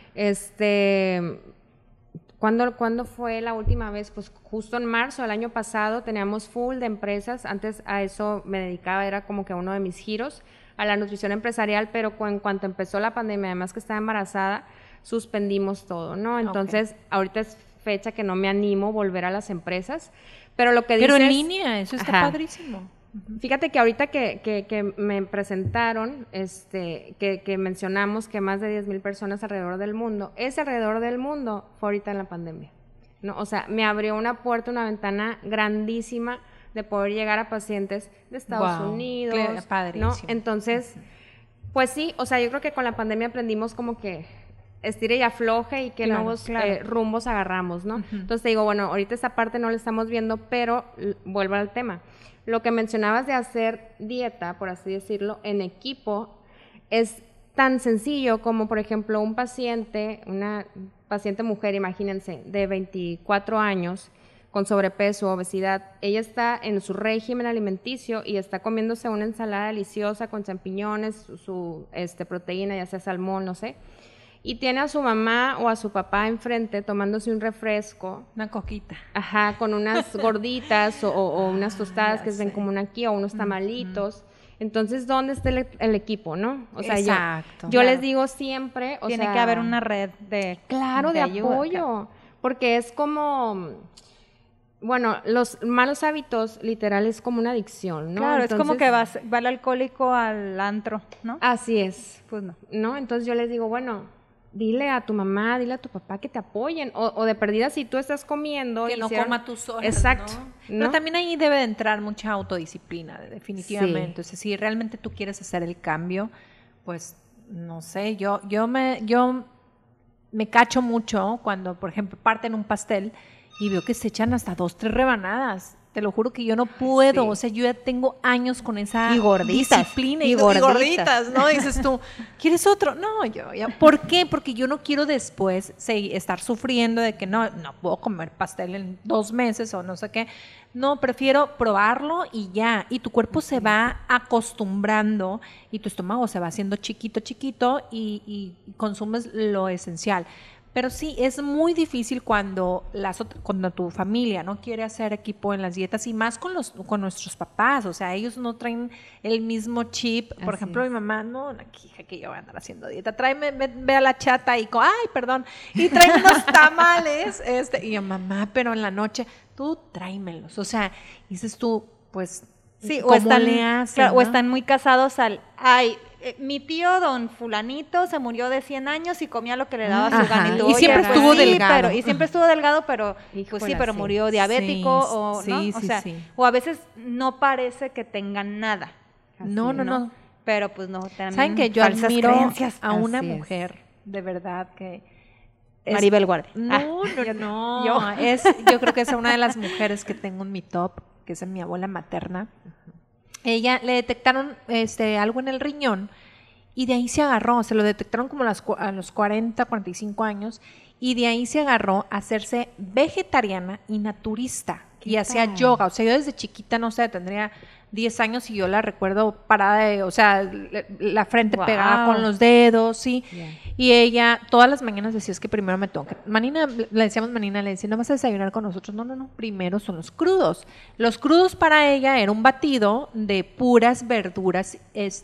¿Cuándo fue la última vez? Pues justo en marzo del año pasado teníamos full de empresas. Antes a eso me dedicaba, era como que uno de mis giros, a la nutrición empresarial, pero en cuanto empezó la pandemia, además que estaba embarazada, suspendimos todo, ¿no? Entonces, ahorita es fecha que no me animo a volver a las empresas, pero lo que Pero en dices- línea, eso está Ajá. padrísimo. Fíjate que ahorita que me presentaron, que mencionamos que más de 10,000 personas alrededor del mundo, ese alrededor del mundo fue ahorita en la pandemia, ¿no? O sea, me abrió una puerta, una ventana grandísima de poder llegar a pacientes de Estados Guau, Unidos, qué padrísimo. ¿no? Entonces, pues sí, o sea, yo creo que con la pandemia aprendimos como que estire y afloje y qué nuevos rumbos agarramos, ¿no? Entonces te digo, bueno, ahorita esa parte no la estamos viendo, pero vuelvo al tema. Lo que mencionabas de hacer dieta, por así decirlo, en equipo, es tan sencillo como, por ejemplo, una paciente mujer, imagínense, de 24 años, con sobrepeso, obesidad, ella está en su régimen alimenticio y está comiéndose una ensalada deliciosa con champiñones, su proteína, ya sea salmón, no sé, y tiene a su mamá o a su papá enfrente tomándose un refresco. Una coquita. Ajá, con unas gorditas o unas tostadas que se ven como aquí o unos tamalitos. Entonces, ¿dónde está el equipo, no? O sea, exacto, yo les digo siempre, tiene que haber una red de apoyo, porque es como, bueno, los malos hábitos literal es como una adicción, ¿no? Claro, entonces, es como que va el alcohólico al antro, ¿no? Así es. Pues no. Entonces yo les digo, bueno, dile a tu mamá, dile a tu papá que te apoyen, o de perdida si tú estás comiendo. Que no coma tú sola. Exacto. ¿no? Pero también ahí debe de entrar mucha autodisciplina, definitivamente. Sí. O sea, si realmente tú quieres hacer el cambio, pues, no sé, yo me cacho mucho cuando, por ejemplo, parten un pastel y veo que se echan hasta 2, 3 rebanadas. Te lo juro que yo no puedo, sí. O sea, yo ya tengo años con esa disciplina. Y gorditas, ¿no? Dices tú, ¿quieres otro? No, yo ya. ¿Por qué? Porque yo no quiero después estar sufriendo de que no puedo comer pastel en 2 meses o no sé qué. No, prefiero probarlo y ya. Y tu cuerpo se va acostumbrando y tu estómago se va haciendo chiquito y consumes lo esencial. Pero sí, es muy difícil cuando tu familia no quiere hacer equipo en las dietas y más con nuestros papás, o sea, ellos no traen el mismo chip. Por ejemplo, mi mamá, no, hija, que yo voy a andar haciendo dieta, tráeme, ve a la chata y y tráeme unos tamales, y yo, mamá, pero en la noche, tú tráemelos, o sea, dices tú, pues, sí, ¿cómo le hacen, claro, ¿no? O están muy casados mi tío don fulanito se murió de 100 años y comía lo que le daba su ganito. Y siempre estuvo delgado. Pero pues sí, pero murió diabético o a veces no parece que tengan nada. No. Pero pues no, también ¿saben que yo admiro creencias? a una mujer, de verdad, que Maribel Guardia. No. Yo creo que es una de las mujeres que tengo en mi top, que es mi abuela materna. Ella le detectaron algo en el riñón y de ahí se agarró, se lo detectaron como a los 40, 45 años y de ahí se agarró a hacerse vegetariana y naturista y hacía yoga. O sea, yo desde chiquita, no sé, tendría 10 años y yo la recuerdo parada, la frente pegada con los dedos, ¿sí? Yeah. Y ella todas las mañanas decía, es que primero me toca. Manina, le decíamos Manina, le decía, no vas a desayunar con nosotros. No, primero son los crudos. Los crudos para ella era un batido de puras verduras,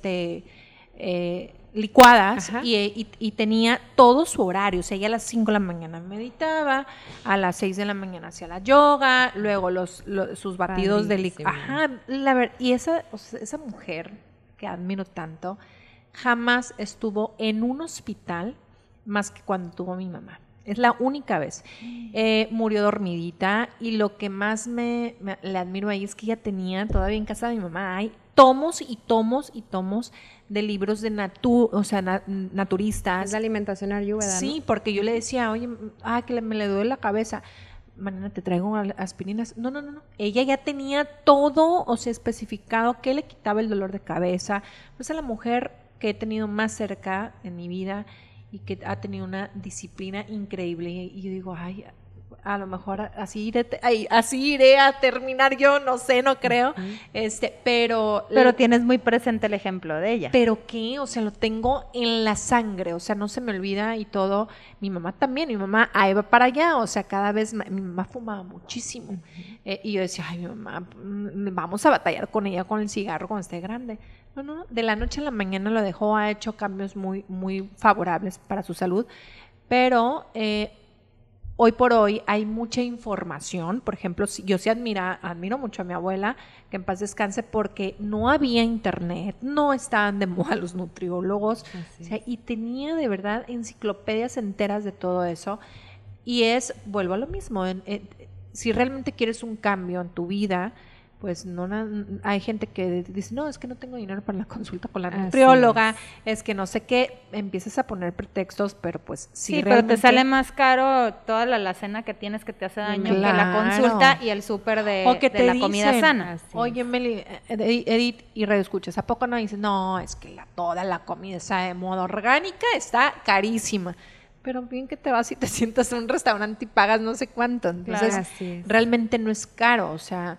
licuadas y tenía todo su horario. O sea, ella a las 5 de la mañana meditaba, a las 6 de la mañana hacía la yoga, luego sus batidos de licuado. Y esa mujer que admiro tanto jamás estuvo en un hospital más que cuando tuvo mi mamá. Es la única vez. Murió dormidita y lo que más le admiro ahí es que ella tenía todavía en casa de mi mamá, hay tomos y tomos y tomos de libros de naturistas. Es de alimentación ayurveda, sí, ¿no? porque yo le decía, oye, que me le duele la cabeza. Mañana te traigo aspirinas. No. Ella ya tenía todo, especificado qué le quitaba el dolor de cabeza. Pues es la mujer que he tenido más cerca en mi vida y que ha tenido una disciplina increíble. Y yo digo, a lo mejor así iré a terminar yo, no sé, no creo, pero tienes muy presente el ejemplo de ella. Pero qué, lo tengo en la sangre, no se me olvida y todo. Mi mamá también, ahí va para allá, cada vez mi mamá fumaba muchísimo, y yo decía, mi mamá, vamos a batallar con ella con el cigarro cuando esté grande. No, de la noche a la mañana lo dejó, ha hecho cambios muy, muy favorables para su salud, pero hoy por hoy hay mucha información. Por ejemplo, yo sí admiro mucho a mi abuela, que en paz descanse, porque no había internet, no estaban de moda los nutriólogos, y tenía de verdad enciclopedias enteras de todo eso. Y vuelvo a lo mismo, si realmente quieres un cambio en tu vida, pues no hay gente que dice, no, es que no tengo dinero para la consulta con la nutrióloga, es que no sé qué, empiezas a poner pretextos, pero pues sí, pero te sale más caro toda la alacena que tienes que te hace daño que la consulta y el súper de la comida sana. Oye, Meli, Edith, y radioescuchas, ¿a poco no dices, no, es que toda la comida esa de modo orgánica está carísima? Pero bien que te vas y te sientas en un restaurante y pagas no sé cuánto, entonces realmente no es caro, o sea,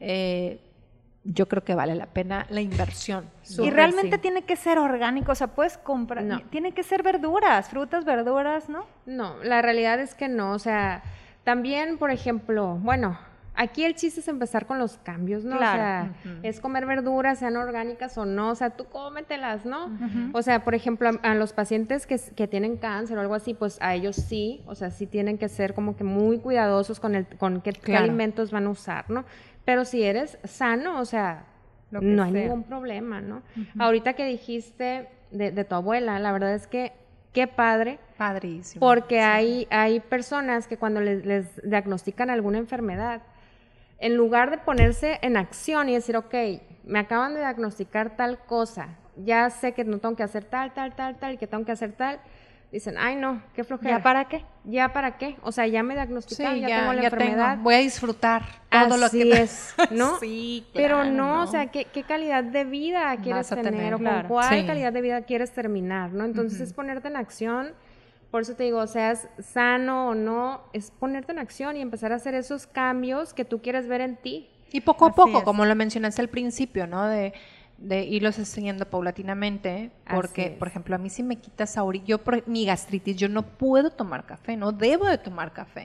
yo creo que vale la pena la inversión. Y realmente tiene que ser orgánico, o sea, puedes comprar, tiene que ser verduras, frutas, verduras, ¿no? No, la realidad es que no, o sea, también, por ejemplo, bueno, aquí el chiste es empezar con los cambios, ¿no? Claro. O sea, es comer verduras, sean orgánicas o no, o sea, tú cómetelas, ¿no? O sea, por ejemplo, a los pacientes que tienen cáncer o algo así, pues a ellos sí, o sea, sí tienen que ser como que muy cuidadosos con qué alimentos van a usar, ¿no? Pero si eres sano, o sea, no hay ningún problema, ¿no? Ahorita que dijiste de tu abuela, la verdad es que qué padre. Padrísimo. Porque hay personas que cuando les diagnostican alguna enfermedad, en lugar de ponerse en acción y decir, ok, me acaban de diagnosticar tal cosa, ya sé que no tengo que hacer tal, y que tengo que hacer tal, dicen, ay no, qué flojera. ¿Ya para qué? ¿Ya para qué? O sea, ya me diagnosticaron, ya tengo la enfermedad. Voy a disfrutar todo lo que es, ¿no? Sí, claro, pero no, o sea, ¿qué calidad de vida quieres tener? O con cuál calidad de vida quieres terminar, ¿no? Entonces es ponerte en acción. Por eso te digo, seas sano o no, es ponerte en acción y empezar a hacer esos cambios que tú quieres ver en ti. Y poco a poco, como lo mencionaste al principio, ¿no? De irlos enseñando paulatinamente, porque, por ejemplo, a mí si me quitas ahorita, mi gastritis, yo no puedo tomar café, no debo de tomar café.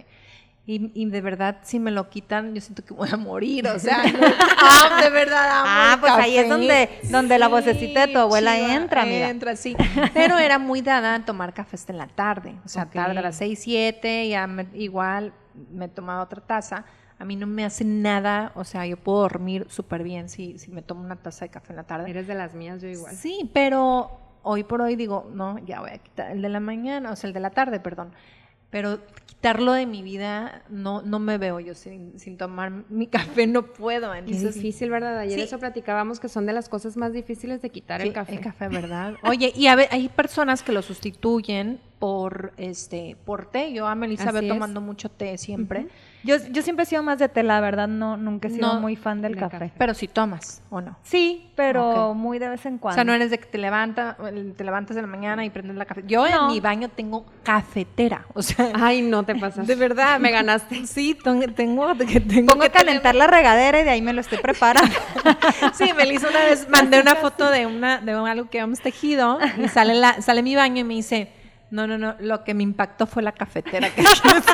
Y de verdad, si me lo quitan, yo siento que voy a morir, o sea, de verdad amo pues el ahí es donde la vocecita de tu abuela entra, amiga. Entra, sí. Pero era muy dada a tomar café hasta en la tarde, o sea, tarde a las 6, 7, ya igual me tomaba otra taza. A mí no me hace nada, o sea, yo puedo dormir súper bien si me tomo una taza de café en la tarde. Eres de las mías, yo igual. Sí, pero hoy por hoy digo, no, ya voy a quitar el de la mañana, o sea, el de la tarde, perdón. Pero quitarlo de mi vida, no me veo yo sin tomar mi café, no puedo. Entonces, es difícil, ¿verdad? Ayer eso platicábamos, que son de las cosas más difíciles de quitar el café. El café, ¿verdad? Oye, y hay personas que lo sustituyen por té. Yo a Melissa veo tomando mucho té siempre. Yo siempre he sido más de té, la verdad, nunca he sido muy fan del café. Pero si tomas, ¿o no? Sí, pero muy de vez en cuando. O sea, no eres de que te levantas en la mañana y prendes la cafetera. Yo en mi baño tengo cafetera, o sea. Ay, no te pasas. De verdad. Me ganaste. Sí, tengo que calentar la regadera y de ahí me lo estoy preparando. Sí, Melissa una vez mandé una foto de algo que habíamos tejido y sale mi baño y me dice, no, lo que me impactó fue la cafetera. Sí,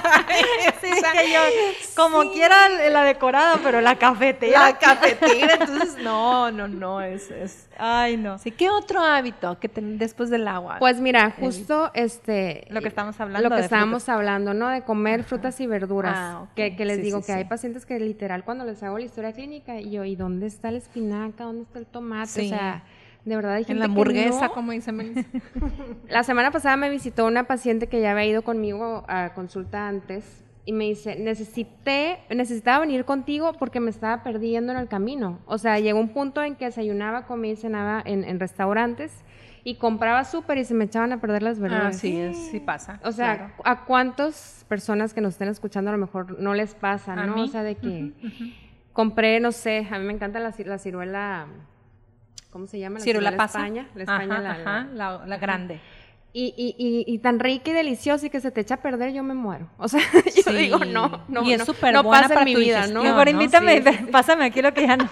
que yo, como quiera la decorada, pero la cafetera. La cafetera, entonces no, es. Ay, no. Sí, ¿qué otro hábito después del agua? Pues mira, justo lo que estamos hablando. Lo que estábamos hablando, ¿no? De comer frutas y verduras. Okay. Que les digo que hay pacientes que literal cuando les hago la historia clínica, y yo, ¿y dónde está la espinaca? ¿Dónde está el tomate? Sí. O sea, de verdad hay gente en la hamburguesa, que no. como dice Melissa. La semana pasada me visitó una paciente que ya había ido conmigo a consulta antes y me dice, necesitaba venir contigo porque me estaba perdiendo en el camino. O sea, llegó un punto en que desayunaba, comía y cenaba en restaurantes y compraba súper y se me echaban a perder las verduras. Sí pasa. O sea, claro. ¿A cuántas personas que nos estén escuchando a lo mejor no les pasa, no? ¿A mí? O sea, de que compré, no sé, a mí me encanta la ciruela... ¿Cómo se llama? Ciruela pasa. La España, la grande. Y tan rica y deliciosa y que se te echa a perder, yo me muero. O sea, yo digo, no. Y es súper buena pasa para en mi tu vida, digestión, ¿no? Mejor invítame, pásame aquí lo que ya no.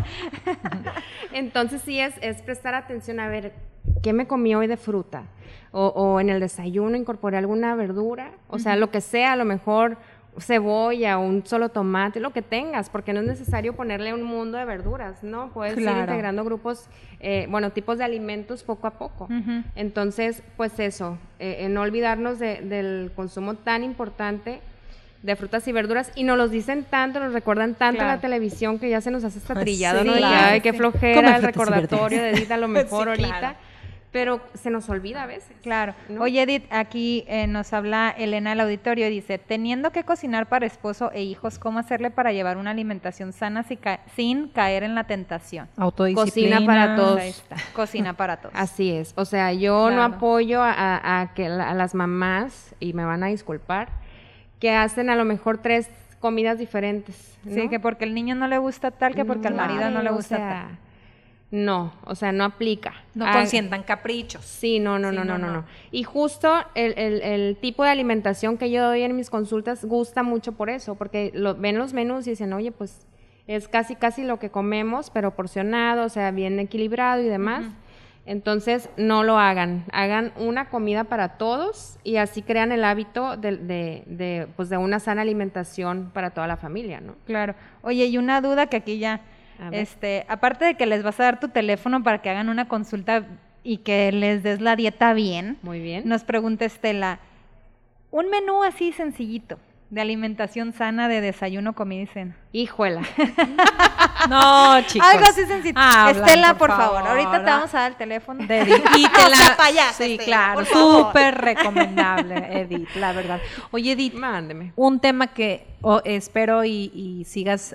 Entonces sí es prestar atención a ver qué me comí hoy de fruta. O en el desayuno incorporé alguna verdura. O sea, lo que sea, a lo mejor cebolla, un solo tomate, lo que tengas, porque no es necesario ponerle un mundo de verduras, ¿no? Puedes ir integrando grupos, tipos de alimentos poco a poco. Entonces, pues eso, no olvidarnos del consumo tan importante de frutas y verduras, y nos los dicen tanto, nos recuerdan tanto en la televisión que ya se nos hace hasta trillado, ¿no? De que, ay, qué flojera el recordatorio de Edith a lo mejor ahorita. pero se nos olvida a veces. Claro. ¿no? Oye, Edith, aquí nos habla Elena del auditorio y dice, teniendo que cocinar para esposo e hijos, ¿cómo hacerle para llevar una alimentación sana sin caer en la tentación? Autodisciplina. Cocina para todos. Ahí está. Cocina para todos. Así es. O sea, yo no Claro. apoyo a las mamás, y me van a disculpar, que hacen a lo mejor 3 comidas diferentes. ¿no? Sí, que porque el niño no le gusta tal, que porque al marido no le o gusta sea, tal. No, o sea, no aplica. No Ah, consientan caprichos. Sí, no. Y justo el tipo de alimentación que yo doy en mis consultas gusta mucho por eso, porque ven los menús y dicen, oye, pues es casi lo que comemos, pero porcionado, o sea, bien equilibrado y demás. Entonces, no lo hagan. Hagan una comida para todos y así crean el hábito de una sana alimentación para toda la familia, ¿no? Claro. Oye, y una duda que aquí ya, A ver. aparte de que les vas a dar tu teléfono para que hagan una consulta y que les des la dieta bien, Muy bien. nos pregunta Estela, un menú así sencillito, de alimentación sana, de desayuno, comida y cena. Híjuela. No, chicos. Algo así sencillito. Hablan, Estela, por favor, ahorita te vamos a dar el teléfono. de Edith. Y te la payasa, sí, Estela, claro, por favor. súper recomendable, Edith, la verdad. Oye, Edith, Mándeme. un tema que espero y sigas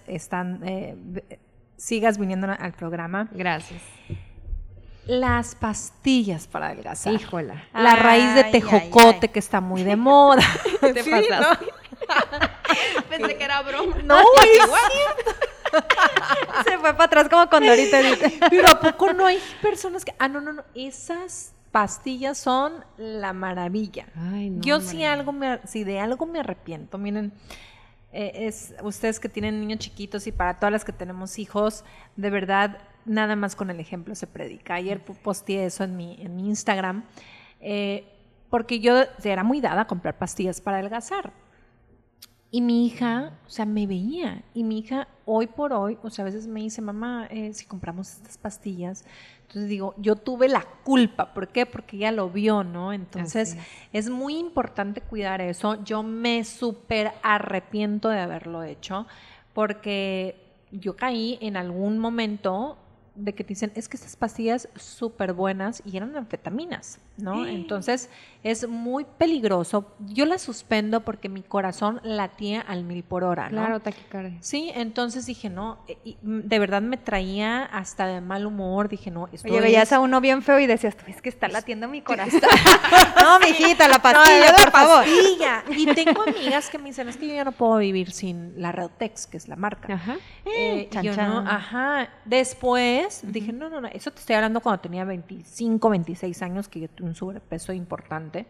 sigas viniendo al programa. Gracias. Las pastillas para adelgazar. Híjola. La raíz de Ay, tejocote ay, ay. que está muy de moda. Te Sí, pasaste. Pensé que era broma. No, Se fue para atrás como con Dorita. pero ¿a poco no hay personas que... no. Esas pastillas son la maravilla. Ay, no, Yo maravilla. si de algo me arrepiento, miren, ustedes que tienen niños chiquitos y para todas las que tenemos hijos, de verdad, nada más con el ejemplo se predica. Ayer posteé eso en mi Instagram, porque yo era muy dada a comprar pastillas para adelgazar. Y mi hija, o sea, me veía. Y mi hija, hoy por hoy, o sea, a veces me dice, mamá, si compramos estas pastillas. Entonces digo, yo tuve la culpa. ¿Por qué? Porque ella lo vio, ¿no? Entonces, Así es muy importante cuidar eso. Yo me súper arrepiento de haberlo hecho, porque yo caí en algún momento de que te dicen, es que estas pastillas súper buenas y eran anfetaminas, ¿no? Entonces es muy peligroso. Yo las suspendo porque mi corazón latía al 1000 por hora, ¿no? Claro, taquicardia. Sí, entonces dije, no, y de verdad me traía hasta de mal humor, dije, no, esto Oye, veías es... a uno bien feo y decías, tú es que está latiendo mi corazón. No, mijita, la pastilla, No, por favor. pastilla. Y tengo amigas que me dicen, es que yo ya no puedo vivir sin la Redotex, que es la marca. Ajá. Y chan, yo chan. no, ajá. Después dije, no, eso te estoy hablando cuando tenía 25, 26 años, que yo tuve un sobrepeso importante.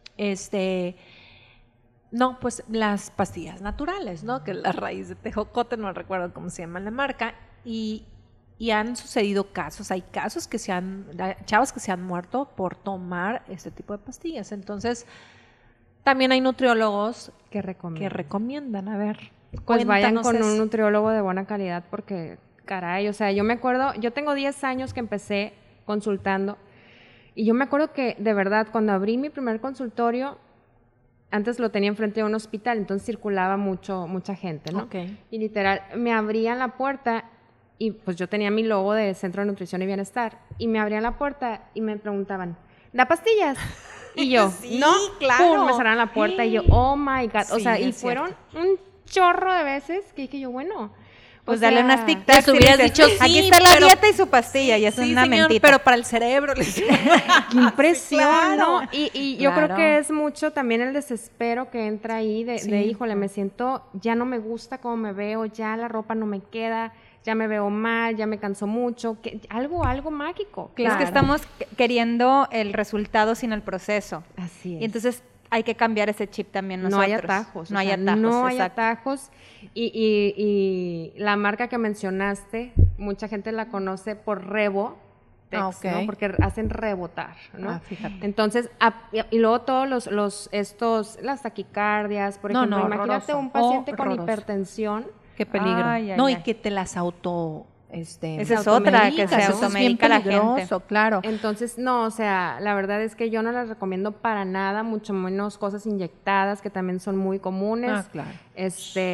No, pues las pastillas naturales, ¿no? Que la raíz de tejocote, no recuerdo cómo se llama la marca, y han sucedido casos, hay casos chavas que se han muerto por tomar este tipo de pastillas. Entonces, también hay nutriólogos ¿Qué que recomiendo? recomiendan, a ver. Pues vayan cuéntanos con eso. un nutriólogo de buena calidad porque, caray, o sea, yo me acuerdo, yo tengo 10 años que empecé consultando y yo me acuerdo que, de verdad, cuando abrí mi primer consultorio, antes lo tenía enfrente de un hospital, entonces circulaba mucha gente, ¿no? Ok. Y literal, me abrían la puerta y pues yo tenía mi logo de Centro de Nutrición y Bienestar y me abrían la puerta y me preguntaban, ¿da pastillas? Y yo, Sí, ¿no? claro. Pum, me cerraron la puerta y yo, oh my God. O Sí, sea, y es fueron un chorro de veces que dije yo, bueno. Pues o dale sea, unas tic-tacs les y hubieras dices, dicho, aquí sí, está la pero- dieta y su pastilla, y es Sí, una señor, mentita. pero para el cerebro. Qué impresión, claro. ¿no? Y yo Claro. creo que es mucho también el desespero que entra ahí de Sí. híjole, me siento, ya no me gusta cómo me veo, ya la ropa no me queda, ya me veo mal, ya me canso mucho, algo mágico. Es que estamos queriendo el resultado sin el proceso. Así es. Y entonces hay que cambiar ese chip también no nosotros. hay atajos. No o hay sea, atajos, no hay exacto. atajos. Y la marca que mencionaste, mucha gente la conoce por Revo, Ok. ¿no? Porque hacen rebotar, ¿no? Ah, fíjate. Entonces, y luego todos las taquicardias, por No, ejemplo, no, imagínate horroroso, un paciente con horroroso. hipertensión. Qué peligro. Ay, ay, no, ay. y que te las Esa es otra, que se automedicas, eso es bien automedica la gente. peligroso, claro. Entonces, no, o sea, la verdad es que yo no las recomiendo para nada, mucho menos cosas inyectadas que también son muy comunes. Ah, claro.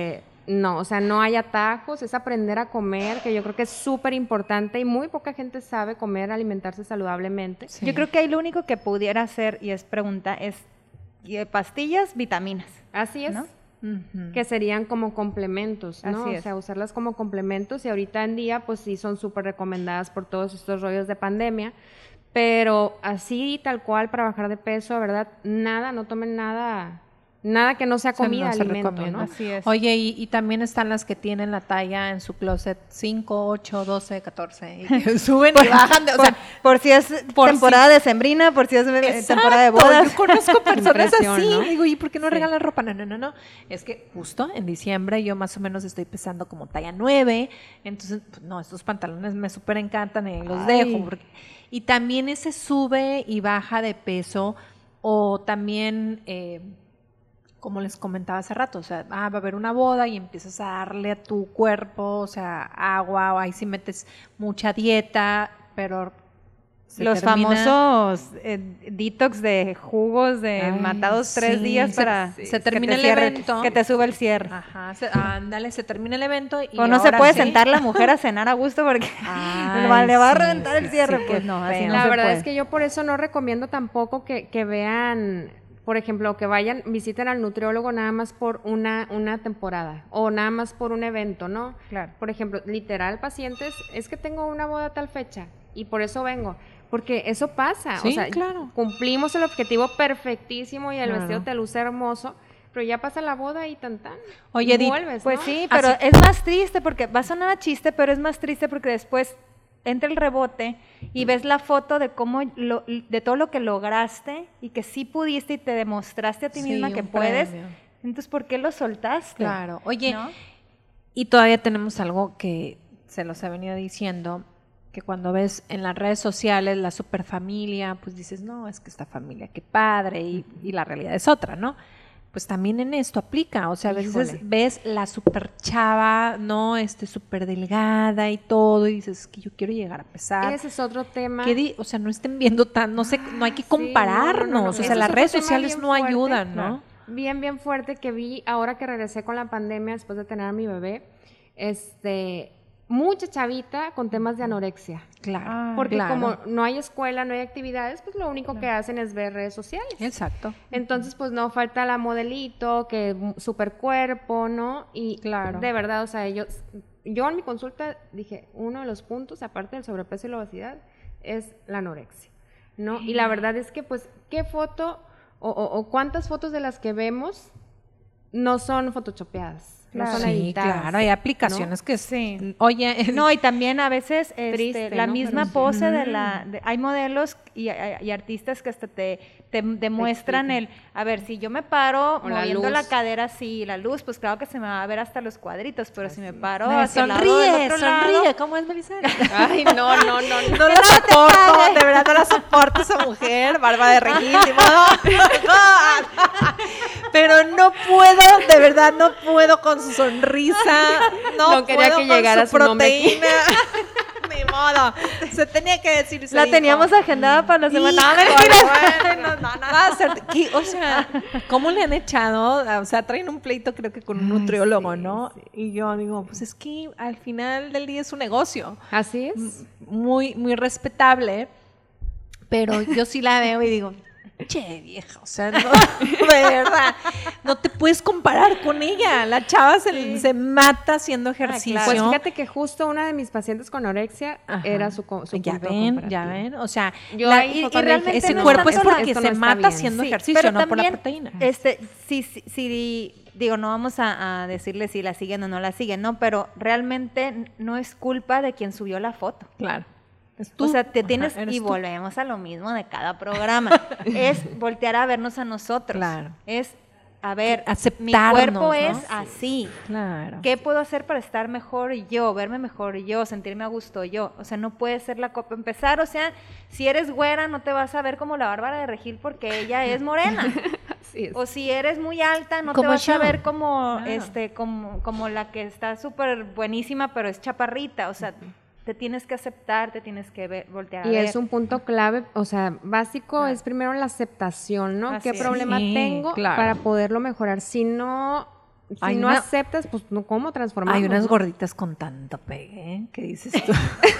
no, o sea, no hay atajos, es aprender a comer, que yo creo que es súper importante y muy poca gente sabe comer, alimentarse saludablemente. Sí. Yo creo que ahí lo único que pudiera hacer, y es pregunta, es pastillas, vitaminas. Así es. ¿No? Que serían como complementos, ¿no? Así es. O sea, usarlas como complementos y ahorita en día pues sí son súper recomendadas por todos estos rollos de pandemia, pero así tal cual para bajar de peso, ¿verdad? Nada, no tomen nada que no sea comida, no se alimento, recomienda. ¿no? Así es. Oye, y también están las que tienen la talla en su closet 5, 8, 12, 14 y que suben y bajan, o sea, por si es por temporada decembrina, por si es temporada de bodas. Yo conozco personas Impresión, así, ¿no? digo, ¿y por qué no Sí. regalan ropa? No. Es que justo en diciembre yo más o menos estoy pesando como talla 9, entonces, pues, no, estos pantalones me súper encantan y los dejo. Y también ese sube y baja de peso, o también, como les comentaba hace rato, o sea, va a haber una boda y empiezas a darle a tu cuerpo, o sea, agua, o ahí sí metes mucha dieta, pero Los famosos detox de jugos de matados 3 sí, días para se que termina te el cierre, evento. que te sube el cierre. Ajá, ándale, se termina el evento y O no se ahora puede sí. sentar la mujer a cenar a gusto porque Ay, le va a sí, reventar el sí, cierre. sí, Pues qué no, así feo. no La se verdad puede. es que yo por eso no recomiendo tampoco que vean, por ejemplo, que vayan, visiten al nutriólogo nada más por una temporada o nada más por un evento, ¿no? Claro. Por ejemplo, literal, pacientes, es que tengo una boda a tal fecha y por eso vengo. Porque eso pasa, Sí, o sea, claro. cumplimos el objetivo perfectísimo y el Claro. vestido te luce hermoso, pero ya pasa la boda y tan. Oye, y Edith, vuelves, Pues ¿no? sí, pero Así- es más triste porque va a sonar a chiste, pero es más triste porque después entra el rebote y ves la foto de de todo lo que lograste y que sí pudiste y te demostraste a ti Sí, misma que un puedes. premio. Entonces, ¿por qué lo soltaste? Claro. Oye, ¿No? y todavía tenemos algo que se los he venido diciendo, que cuando ves en las redes sociales la superfamilia, pues dices, no, es que esta familia, qué padre, y la realidad es otra, ¿no? Pues también en esto aplica, o sea, a veces Híjole. ves la super chava, ¿no? Súper delgada y todo, y dices, que yo quiero llegar a pesar. Ese es otro tema. O sea, no estén viendo tan, no sé, no hay que Sí, compararnos, no. o sea, Ese es las otro redes tema sociales bien no fuerte, ayudan, ¿no? Bien fuerte que vi ahora que regresé con la pandemia después de tener a mi bebé, mucha chavita con temas de anorexia. Claro. Porque claro. como no hay escuela, no hay actividades, pues lo único que hacen es ver redes sociales. Exacto. Entonces, pues no falta la modelito, que super cuerpo, ¿no? Y Claro. de verdad, o sea, yo en mi consulta dije, uno de los puntos, aparte del sobrepeso y la obesidad, es la anorexia, ¿no? Y la verdad es que, pues, ¿qué foto o cuántas fotos de las que vemos no son photoshopeadas? No son Sí, editadas, claro, hay aplicaciones que Sí. Oye, No, y también a veces Triste, la ¿no? misma Pero sí. pose hay modelos y artistas que hasta te demuestran a ver, si yo me paro O la moviendo la luz. cadera así, la luz, pues claro que se me va a ver hasta los cuadritos, pero si me paro me hacia el lado del sonríe, otro sonríe, lado, ¿cómo es, Melissa? Ay, no. No la soporto, de verdad no la soporto esa mujer, barba de regil, ni modo. Pero no puedo, de verdad no puedo con su sonrisa, No quería puedo que con llegara su nombre aquí. proteína. Ni modo, se tenía que decir. se la dijo. teníamos agendada para la semana. No, Híjole, mentira. bueno, va a ser- o sea, ¿cómo le han echado? O sea, traen un pleito creo que con un nutriólogo, ¿no? Y yo digo, pues es que al final del día es un negocio Así es. muy, muy respetable, pero yo sí la veo y digo, che, vieja, o sea, no, de verdad, no te puedes comparar con ella. La chava se mata haciendo ejercicio. Pues fíjate que justo una de mis pacientes con anorexia Ajá. era su ya punto ven, comparativo. ya ven, o sea, Yo la- ahí y fue cuando realmente dije, ese no cuerpo está es porque esto se no está mata bien. haciendo Sí, ejercicio, pero no por la también, proteína. sí, digo, no vamos a decirle si la siguen o no la siguen, no, pero realmente no es culpa de quien subió la foto. Claro. Es O sea, te Ajá, tienes, eres y tú. volvemos a lo mismo de cada programa, es voltear a vernos a nosotros. Claro. Es, a ver, mi Aceptarnos, cuerpo ¿no? es Sí. así. Claro. ¿Qué puedo hacer para estar mejor yo, verme mejor yo, sentirme a gusto yo? O sea, no puede ser la copa. Empezar, o sea, si eres güera, no te vas a ver como la Bárbara de Regil porque ella es morena. Así es. O si eres muy alta, no te Como vas a yo. ver como, Claro. como la que está súper buenísima, pero es chaparrita. O sea, te tienes que aceptar, te tienes que voltear a Y ver. es un punto clave, o sea, básico es primero la aceptación, ¿no? Así ¿Qué es. problema Sí, tengo claro. para poderlo mejorar? Si no si no aceptas, pues no, ¿cómo transformamos? Hay unas gorditas con tanto pegue, ¿eh? ¿Qué dices tú?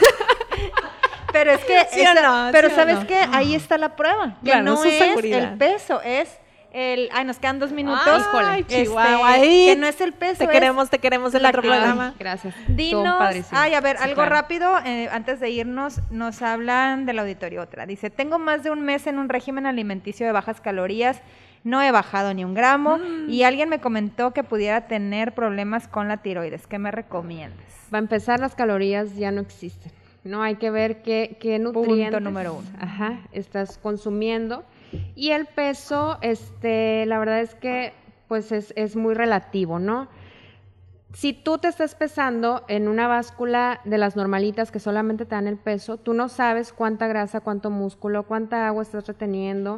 Pero es que, ¿Sí o no? pero ¿Sí o ¿sabes no? qué? Ahí está la prueba. Que Claro, no su es seguridad. el peso, es el... Ay, nos quedan 2 minutos. Ay, Chihuahua, ahí. que no es el peso, Te queremos en la otro actividad. programa. Gracias. Dinos, Estuvo padrísimo. ay, a ver, Sí, algo claro. rápido, antes de irnos, nos hablan del auditorio otra. Dice, tengo más de un mes en un régimen alimenticio de bajas calorías, no he bajado ni 1 gramo, y alguien me comentó que pudiera tener problemas con la tiroides. ¿Qué me recomiendas? Va a empezar, las calorías ya no existen. No hay que ver qué nutrientes Punto número 1. estás consumiendo. Y el peso, la verdad es que pues es muy relativo, ¿no? Si tú te estás pesando en una báscula de las normalitas que solamente te dan el peso, tú no sabes cuánta grasa, cuánto músculo, cuánta agua estás reteniendo,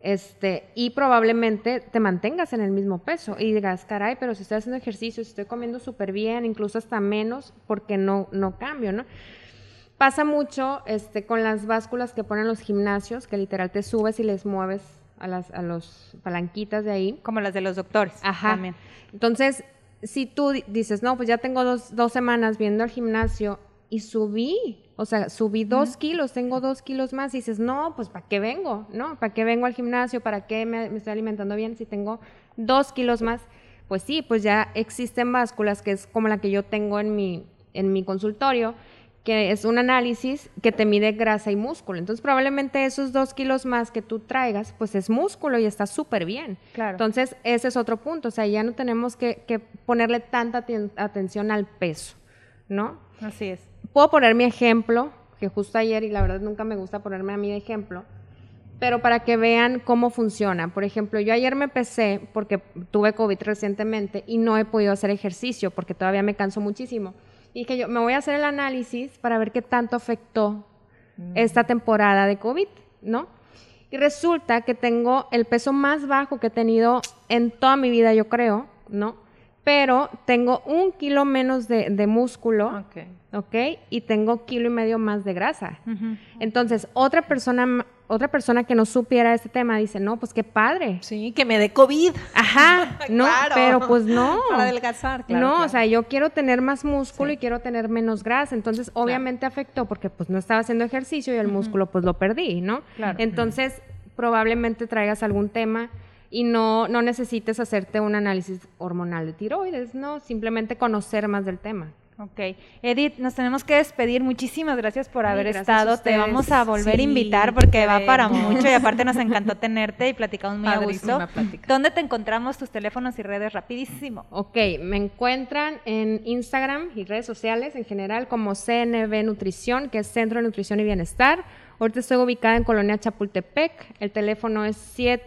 y probablemente te mantengas en el mismo peso y digas, caray, pero si estoy haciendo ejercicio, si estoy comiendo súper bien, incluso hasta menos, porque no cambio, ¿no? Pasa mucho con las básculas que ponen los gimnasios, que literal te subes y les mueves a los palanquitas de ahí. Como las de los doctores. Ajá. También. Entonces, si tú dices, no, pues ya tengo dos semanas viendo al gimnasio y subí 2 kilos, tengo 2 kilos más, y dices, no, pues ¿para qué vengo? ¿No? ¿Para qué vengo al gimnasio? ¿Para qué me estoy alimentando bien si tengo 2 kilos más? Pues sí, pues ya existen básculas, que es como la que yo tengo en mi consultorio, que es un análisis que te mide grasa y músculo. Entonces, probablemente esos 2 kilos más que tú traigas, pues es músculo y está súper bien. Claro. Entonces, ese es otro punto. O sea, ya no tenemos que ponerle tanta atención al peso, ¿no? Así es. Puedo poner mi ejemplo, que justo ayer, y la verdad nunca me gusta ponerme a mí de ejemplo, pero para que vean cómo funciona. Por ejemplo, yo ayer me pesé porque tuve COVID recientemente y no he podido hacer ejercicio porque todavía me canso muchísimo. Y dije yo, me voy a hacer el análisis para ver qué tanto afectó esta temporada de COVID, ¿no? Y resulta que tengo el peso más bajo que he tenido en toda mi vida, yo creo, ¿no? Pero tengo 1 kilo menos de músculo, ¿ok? Y tengo 1,5 kilos más de grasa. Entonces, otra persona que no supiera este tema dice, no, pues qué padre. Sí, que me dé COVID. Ajá, no, Claro. pero pues no. Para adelgazar, claro. No, claro. o sea, yo quiero tener más músculo y quiero tener menos grasa. Entonces, obviamente afectó porque pues no estaba haciendo ejercicio y el músculo pues lo perdí, ¿no? Claro. Entonces, probablemente traigas algún tema y no necesites hacerte un análisis hormonal de tiroides, ¿no? Simplemente conocer más del tema. Ok. Edith, nos tenemos que despedir. Muchísimas gracias por haber gracias estado. a Te ustedes. vamos a volver a Sí, invitar porque va para queremos. mucho y aparte nos encantó tenerte y platicamos muy a Padrísima gusto. plática. ¿Dónde te encontramos, tus teléfonos y redes? Rapidísimo. Ok, me encuentran en Instagram y redes sociales en general como CNB Nutrición, que es Centro de Nutrición y Bienestar. Ahorita estoy ubicada en Colonia Chapultepec. El teléfono es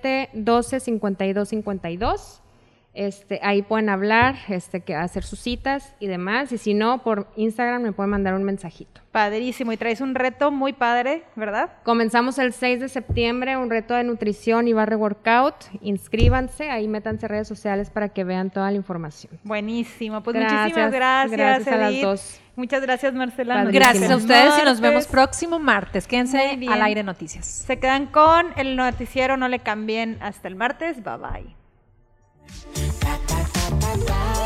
712-5252. Ahí pueden hablar, hacer sus citas y demás. Y si no, por Instagram me pueden mandar un mensajito. Padrísimo. Y traes un reto muy padre, ¿verdad? Comenzamos el 6 de septiembre, un reto de nutrición y barre workout. Inscríbanse, ahí métanse redes sociales para que vean toda la información. Buenísimo. Pues Gracias, muchísimas gracias, gracias a las Edith. dos. Muchas gracias, Marcela. Nos Padrísimo. Gracias a vemos ustedes y nos vemos martes. próximo martes. Quédense Muy bien. al aire noticias. Se quedan con el noticiero, no le cambien hasta el martes. Bye bye. Ta ta ta ta ta.